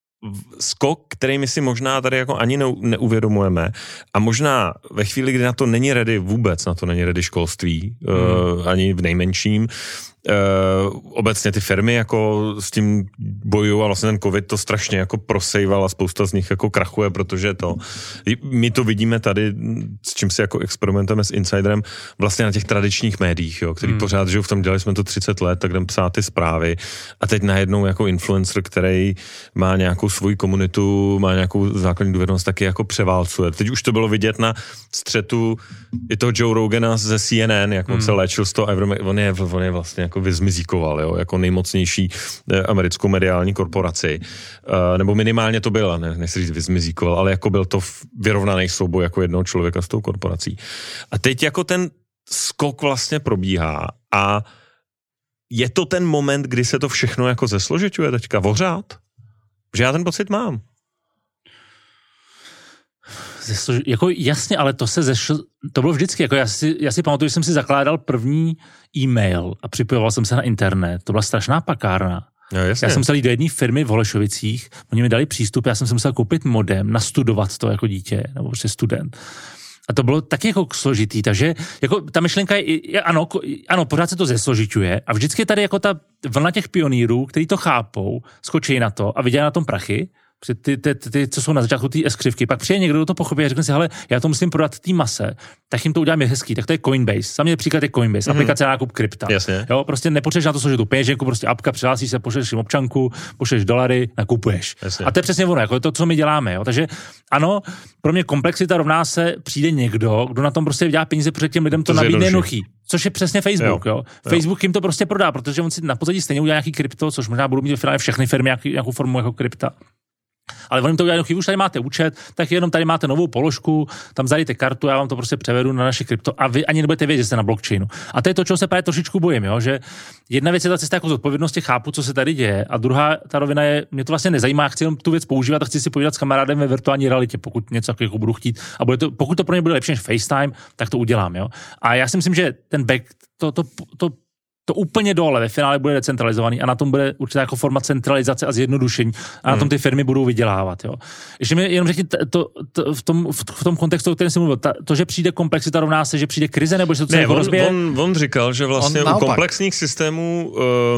[SPEAKER 2] skok, který my si možná tady jako ani neuvědomujeme a možná ve chvíli, kdy na to není ready vůbec, na to není ready školství, ani v nejmenším, obecně ty firmy jako s tím bojují a vlastně ten covid to strašně jako prosejval a spousta z nich jako krachuje, protože my to vidíme tady, s čím si jako experimentujeme s Insiderem, vlastně na těch tradičních médiích, jo, který pořád žijou v tom, dělali jsme to 30 let, tak jdem psát ty zprávy a teď najednou jako influencer, který má nějakou svoji komunitu, má nějakou základní dovednost, taky jako převálcuje. Teď už to bylo vidět na střetu i toho Joe Rogana ze CNN, jak on se léčil z toho, on je vlastně jako vyzmizíkoval, jo, jako nejmocnější americkou mediální korporaci. Nebo minimálně to byla, nechci říct vyzmizíkoval, ale jako byl to vyrovnaný souboj jako jednoho člověka s tou korporací. A teď jako ten skok vlastně probíhá a je to ten moment, kdy se to všechno jako zesložiťuje teďka, vořád? Že já ten pocit mám.
[SPEAKER 3] jako jasně, ale to bylo vždycky, jako já si pamatuju, že jsem si zakládal první e-mail a připojoval jsem se na internet, to byla strašná pakárna.
[SPEAKER 2] No, já
[SPEAKER 3] jsem musel jít do jedné firmy v Holešovicích, oni mi dali přístup, já jsem si musel koupit modem, nastudovat to jako dítě, nebo prostě student. A to bylo taky jako složitý, takže jako ta myšlenka je ano, pořád se to zesložiťuje a vždycky je tady jako ta vlna těch pionýrů, kteří to chápou, skočí na to a vidějí na tom prachy, ty, co jsou na začátku té skřivky, pak přijde někdo, do toho pochopí a řekne si, hele, já to musím prodat té mase, tak jim to uděláme hezký, tak to je Coinbase. Samý příklad je Coinbase, aplikace na nákup krypta.
[SPEAKER 2] Jasně.
[SPEAKER 3] Jo, prostě nepotřebuješ na to složit tu peněženku, prostě apka, přihlásíš se, pošleš jim občanku, pošleš dolary, nakupuješ.
[SPEAKER 2] Jasně.
[SPEAKER 3] A to je přesně ono, jako to, co my děláme, jo. Takže ano, pro mě komplexita rovná se přijde někdo, kdo na tom prostě vydělá peníze, protože těm lidem to nabídne jednoduchý. Což je přesně Facebook, jo. Facebook jim to prostě prodá, protože on si na pozadí stejně udělá nějaký krypto, což možná budou mít ve finále všechny firmy nějakou formu jako krypta. Ale oni to udělají, už tady máte účet, tak jenom tady máte novou položku, tam zadejte kartu, já vám to prostě převedu na naše krypto a vy ani nebudete vědět, že jste na blockchainu. A to je to, čeho se právě trošičku bojím, jo? Že jedna věc je ta cesta jako zodpovědnosti, chápu, co se tady děje, a druhá ta rovina je, mě to vlastně nezajímá, chci jenom tu věc používat a chci si povídat s kamarádem ve virtuální realitě, pokud něco jako budu chtít a pokud to pro mě bude lepší než FaceTime, tak to udělám, jo? A já si myslím, že ten back to úplně dole ve finále bude decentralizovaný a na tom bude určitá jako forma centralizace a zjednodušení a na tom ty firmy budou vydělávat. Jo. Ještě mi jenom řekni v tom kontextu, o kterém jsem mluvil, to, že přijde komplexita rovná se, že přijde krize, nebo že to celé rozbije?
[SPEAKER 2] On říkal, že vlastně u komplexních systémů,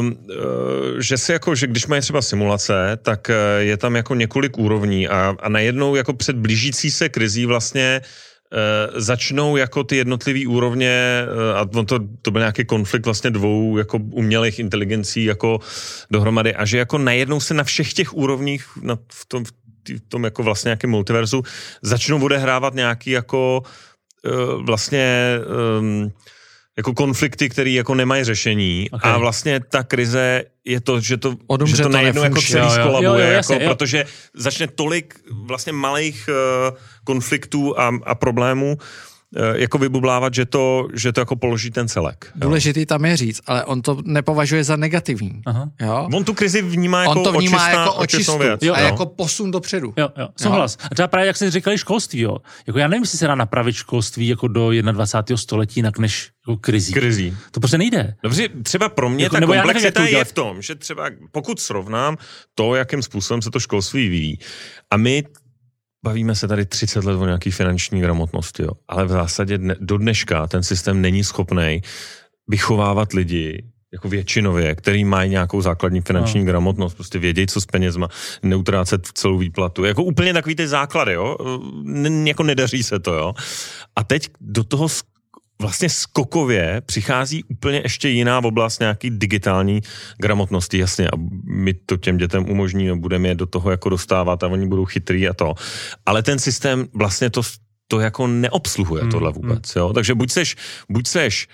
[SPEAKER 2] že si jako, že když mají třeba simulace, tak je tam jako několik úrovní a najednou jako před blížící se krizí vlastně začnou jako ty jednotlivý úrovně a to byl nějaký konflikt vlastně dvou jako umělých inteligencí jako dohromady a že jako najednou se na všech těch úrovních v tom jako vlastně nějakém multiverzu začnou odehrávat nějaký jako vlastně jako konflikty, které jako nemají řešení a vlastně ta krize je to, že to najednou jako celý skolabuje, protože začne tolik vlastně malých konfliktů a problémů jako vybublávat, že to jako položí ten celek.
[SPEAKER 1] Důležitý tam je říct, ale on to nepovažuje za negativní. Jo?
[SPEAKER 2] On tu krizi vnímá jako očistnou věc.
[SPEAKER 1] A jako posun dopředu.
[SPEAKER 3] Jo. Souhlas. A třeba právě, jak jsi říkali, školství, jo. Jako já nevím, jestli se dá napravit školství jako do 21. století jinak než jako krizí. To prostě nejde.
[SPEAKER 2] Dobře, třeba pro mě jako, ta komplexita je v tom, že třeba pokud srovnám to, jakým způsobem se to školství vyvíjí a my bavíme se tady 30 let o nějaký finanční gramotnosti, jo. Ale v zásadě do dneška ten systém není schopnej vychovávat lidi jako většinově, který mají nějakou základní finanční gramotnost, prostě vědět, co s penězma, neutrácet celou výplatu. Jako úplně takový ty základy, jo. Jako nedaří se to, jo. A teď do toho vlastně skokově přichází úplně ještě jiná oblast nějaký digitální gramotnosti, jasně, a my to těm dětem umožníme, budeme je do toho jako dostávat a oni budou chytrý a to. Ale ten systém vlastně to jako neobsluhuje tohle vůbec, jo. Takže buď seš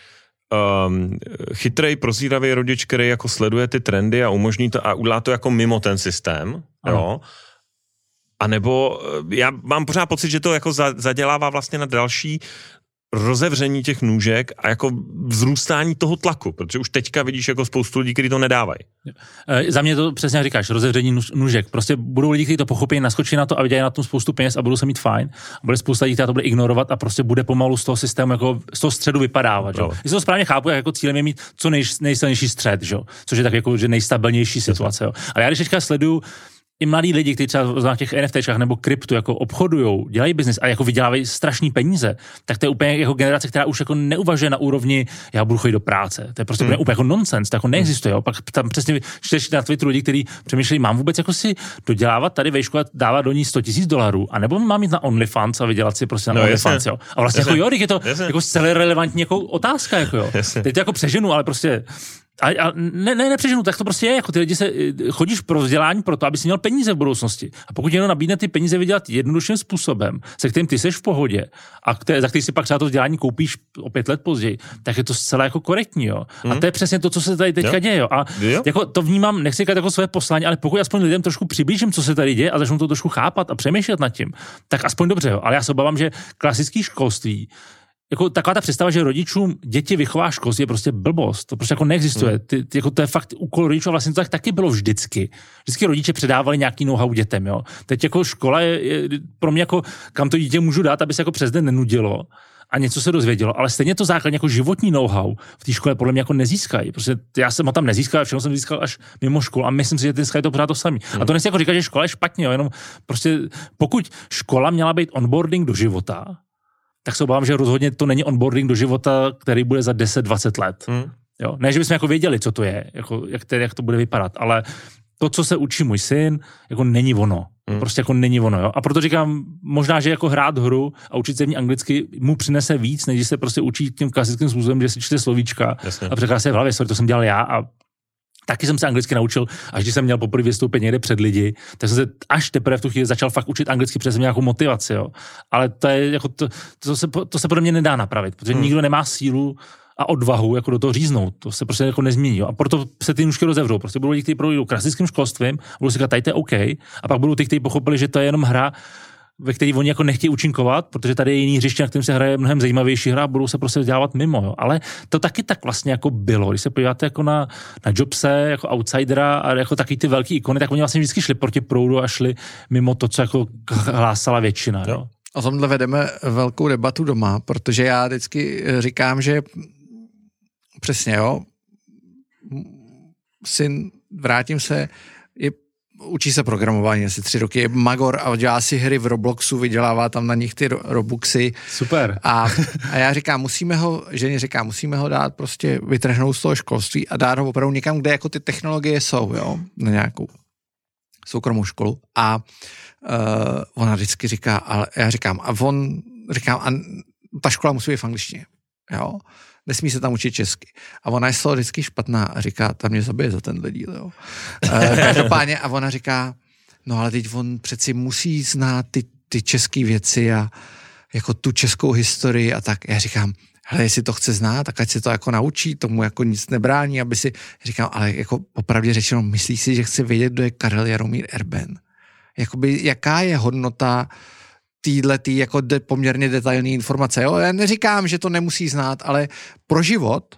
[SPEAKER 2] chytrej, prozíravý rodič, který jako sleduje ty trendy a umožní to a udělá to jako mimo ten systém, jo. A nebo já mám pořád pocit, že to jako zadělává vlastně na další rozevření těch nůžek a jako vzrůstání toho tlaku, protože už teďka vidíš jako spoustu lidí, kteří to nedávají.
[SPEAKER 3] Za mě to přesně říkáš, rozevření nůžek. Prostě budou lidi, kteří to pochopí, naskočí na to a vidějí na tom spoustu peněz a budou se mít fajn. A bude spousta lidí, která to bude ignorovat a prostě bude pomalu z toho systému, jako z toho středu vypadávat. Jestli to správně chápu, jako cílem je mít co nejsilnější střed, že? Což je tak jako že nejstabilnější situace. Jo? Ale já když teďka sleduju i mladí lidi, kteří třeba na těch NFTčkách nebo kryptu jako obchodujou, dělají biznis a jako vydělávají strašný peníze, tak to je úplně jako generace, která už jako neuvažuje na úrovni, já budu chodit do práce. To je prostě úplně jako nonsens, to jako neexistuje. Jo. Pak tam přesně čteš na Twitteru lidi, kteří přemýšlejí, mám vůbec jako si dodělávat tady vejšku a dávat do ní $100,000, anebo mám jít na OnlyFans a vydělat si prostě na OnlyFans, jo. A vlastně jako jo, je to jako zcela relevantní jako otázka, jako jo. Teď to jako přeženu, ale prostě a nepřeženu, tak to prostě je, jako ty lidi chodíš pro vzdělání proto, aby si měl peníze v budoucnosti. A pokud někdo nabídne ty peníze vydělat jednodušším způsobem, se kterým ty seš v pohodě a za který si pak třeba to vzdělání koupíš o 5 let později, tak je to zcela jako korektní, jo. A to je přesně to, co se tady teďka děje, jo. A jako to vnímám, nechci říkat jako své poslání, ale pokud aspoň lidem trošku přiblížím, co se tady děje a začnu to trošku chápat a přemýšlet nad tím, tak aspoň dobře, jo. Ale já se obávám, že klasický školství jako taková ta představa, že rodičům děti vychová školství je prostě blbost. To prostě jako neexistuje. Jako to je fakt úkol rodičů a vlastně to tak taky bylo vždycky. Vždycky rodiče předávali nějaký know-how dětem, jo. Teď jako škola je pro mě jako, kam to dítě můžu dát, aby se jako přes den nenudilo a něco se dozvědělo, ale stejně to základní jako životní know-how v té škole podle mě jako nezískají. Prostě já jsem ho tam nezískal, všechno jsem získal až mimo školu a myslím si, že dneska je to pořád to samé. A to nechci jako říkat, že škola je špatně, jo, jenom prostě pokud škola měla být onboarding do života, tak se obávám, že rozhodně to není onboarding do života, který bude za 10-20 let. Jo? Ne, že bychom jako věděli, co to je, jako, jak to bude vypadat, ale to, co se učí můj syn, jako není ono. Prostě jako není ono. Jo? A proto říkám, možná, že jako hrát hru a učit se v ní anglicky mu přinese víc, než se prostě učí tím klasickým způsobem, že si čte slovíčka. Jasně. A překládá se v hlavě, to jsem dělal já a taky jsem se anglicky naučil, až když jsem měl poprvé vystoupit někde před lidi, tak jsem se až teprve v tu chvíli začal fakt učit anglicky, protože jsem nějakou motivaci, jo. Ale to je jako to se podle mě nedá napravit, protože nikdo nemá sílu a odvahu jako do toho říznout. To se prostě jako nezmění, jo. A proto se ty nůžky rozevřou. Prostě budou lidi, kteří projdou klasickým školstvím, budou si říkat, tady to je OK, a pak budou ty, kteří pochopili, že to je jenom hra, ve který oni jako nechtějí účinkovat, protože tady je jiný hřiště, na kterém se hraje mnohem zajímavější hra, budou se prostě vzdělávat mimo. Jo. Ale to taky tak vlastně jako bylo. Když se podíváte jako na Jobse, jako outsidera a jako taky ty velký ikony, tak oni vlastně vždycky šli proti proudu a šli mimo to, co jako hlásala většina. Jo.
[SPEAKER 1] O tomhle vedeme velkou debatu doma, protože já vždycky říkám, že přesně, jo, syn, vrátím se, učí se programování asi 3 roky, je magor a dělá si hry v Robloxu, vydělává tam na nich ty Robuxy.
[SPEAKER 3] Super.
[SPEAKER 1] A já říkám, musíme ho dát prostě vytrhnout z toho školství a dát ho opravdu někam, kde jako ty technologie jsou, jo, na nějakou soukromou školu. A ona vždycky říká, ale já říkám, a ta škola musí být v angličtině, jo. Nesmí se tam učit česky. A ona je z toho vždycky špatná a říká, tam mě zabije za tenhle díl, jo. Každopádně, a ona říká, no ale teď on přeci musí znát ty české věci a jako tu českou historii a tak. Já říkám, hele, jestli to chce znát, tak ať se to jako naučí, tomu jako nic nebrání, aby si, říkám, ale jako popravdě řečeno, myslíš si, že chce vědět, kdo je Karel Jaromír Erben? Jakoby, jaká je hodnota týhletý jako poměrně detailní informace. Jo? Já neříkám, že to nemusí znát, ale pro život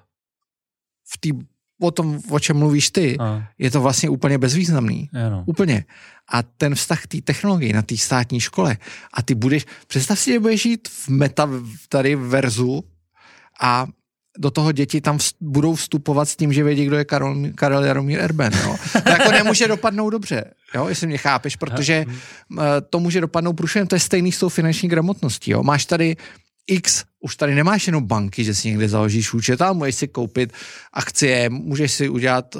[SPEAKER 1] o tom, o čem mluvíš ty, je to vlastně úplně bezvýznamný.
[SPEAKER 3] Ano.
[SPEAKER 1] Úplně. A ten vztah té technologii na té státní škole a ty představ si, že budeš žít v tady verzu a do toho děti tam budou vstupovat s tím, že vědí, kdo je Karel Jaromír Erben. Jo? To jako nemůže dopadnout dobře, jo? Jestli mě chápeš, protože to může dopadnout průšvihem, to je stejný s tou finanční gramotností. Jo? Máš tady už tady nemáš jenom banky, že si někde založíš účet, ale můžeš si koupit akcie, můžeš si udělat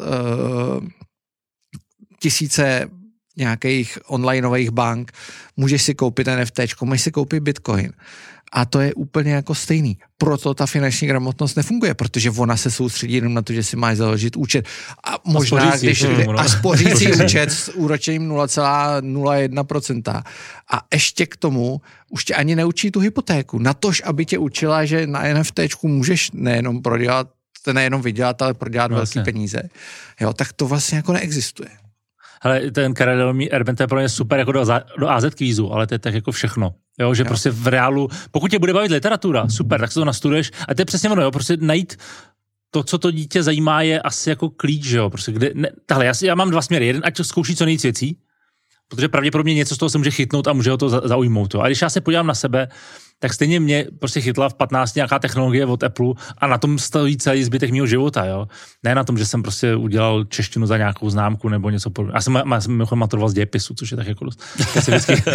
[SPEAKER 1] tisíce nějakých onlineových bank, můžeš si koupit NFTčko, můžeš si koupit Bitcoin. A to je úplně jako stejný. Proto ta finanční gramotnost nefunguje, protože ona se soustředí jenom na to, že si máš založit účet. A možná, a spořící účet s úročením 0,01%. A ještě k tomu už tě ani neučí tu hypotéku. Natož, aby tě učila, že na NFTčku můžeš nejenom vydělat, ale prodělat velké peníze. Jo, tak to vlastně jako neexistuje.
[SPEAKER 3] Hele, ten Karel Jaromír Erben, to je pro mě super jako do AZ kvízu, ale to je tak jako všechno. Jo, že prostě v reálu, pokud tě bude bavit literatura, super, tak se to nastuduješ. A to je přesně ono, jo, prostě najít to, co to dítě zajímá, je asi jako klíč, jo. Prostě já mám 2 směry. Jeden, ať to zkouší co nejvíc věcí, protože pravděpodobně něco z toho se může chytnout a může ho to zaujmout. Jo. A když já se podívám na sebe, tak stejně mě prostě chytla v 15 nějaká technologie od Apple a na tom stojí celý zbytek mého života, jo. Ne na tom, že jsem prostě udělal češtinu za nějakou známku nebo něco podobného. Já jsem maturoval z dějepisu, což je tak jako dost specificky.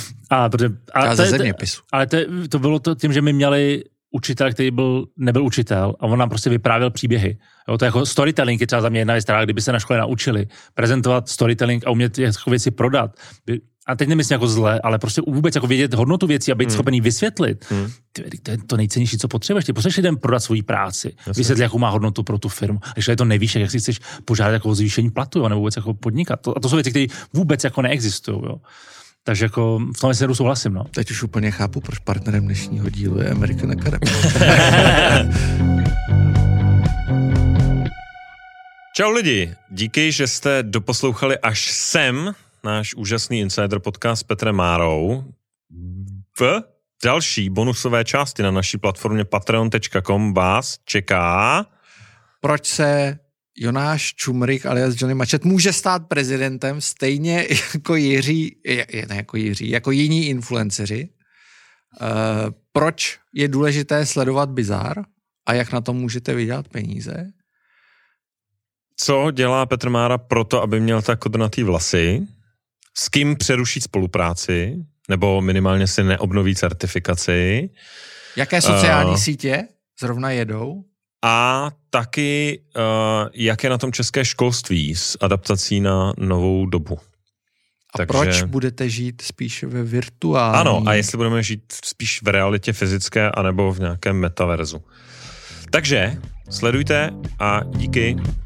[SPEAKER 3] Ale to bylo to tím, že my měli učitel, který nebyl učitel a on nám prostě vyprávěl příběhy. Jo, to je jako storytelling je třeba za mě jedna věc, kdyby se na škole naučili prezentovat storytelling a umět jako věci prodat. A teď nemyslím jako zle, ale prostě vůbec jako vědět hodnotu věcí a být schopený vysvětlit. To je to nejcennější, co potřebuješ. Ty potřebuješ lidem prodat svoji práci, vysvětlit, jakou má hodnotu pro tu firmu. A když to nevíš, jak si chceš požádat jako o zvýšení platu, jo, nebo vůbec jako podnikat. A to jsou věci, které vůbec jako neexistují. Jo. Takže jako v tom směru souhlasím. No.
[SPEAKER 1] Teď už úplně chápu, proč partnerem dnešního dílu je American Academy.
[SPEAKER 2] Čau lidi, díky, že jste doposlouchali až sem náš úžasný Insider podcast s Petrem Márou v další bonusové části na naší platformě patreon.com vás čeká...
[SPEAKER 1] Proč se Jonáš Čumrik alias Johnny Mačet může stát prezidentem stejně jako jiní influenceři. Proč je důležité sledovat Bizar a jak na tom můžete vydělat peníze.
[SPEAKER 2] Co dělá Petr Mára proto, aby měl tak kodrnatý vlasy? S kým přeruší spolupráci? Nebo minimálně si neobnoví certifikaci?
[SPEAKER 1] Jaké sociální sítě zrovna jedou?
[SPEAKER 2] A taky, jak je na tom české školství s adaptací na novou dobu.
[SPEAKER 1] A proč budete žít spíš ve virtuální?
[SPEAKER 2] Ano, a jestli budeme žít spíš v realitě fyzické, anebo v nějakém metaverzu. Takže sledujte a díky.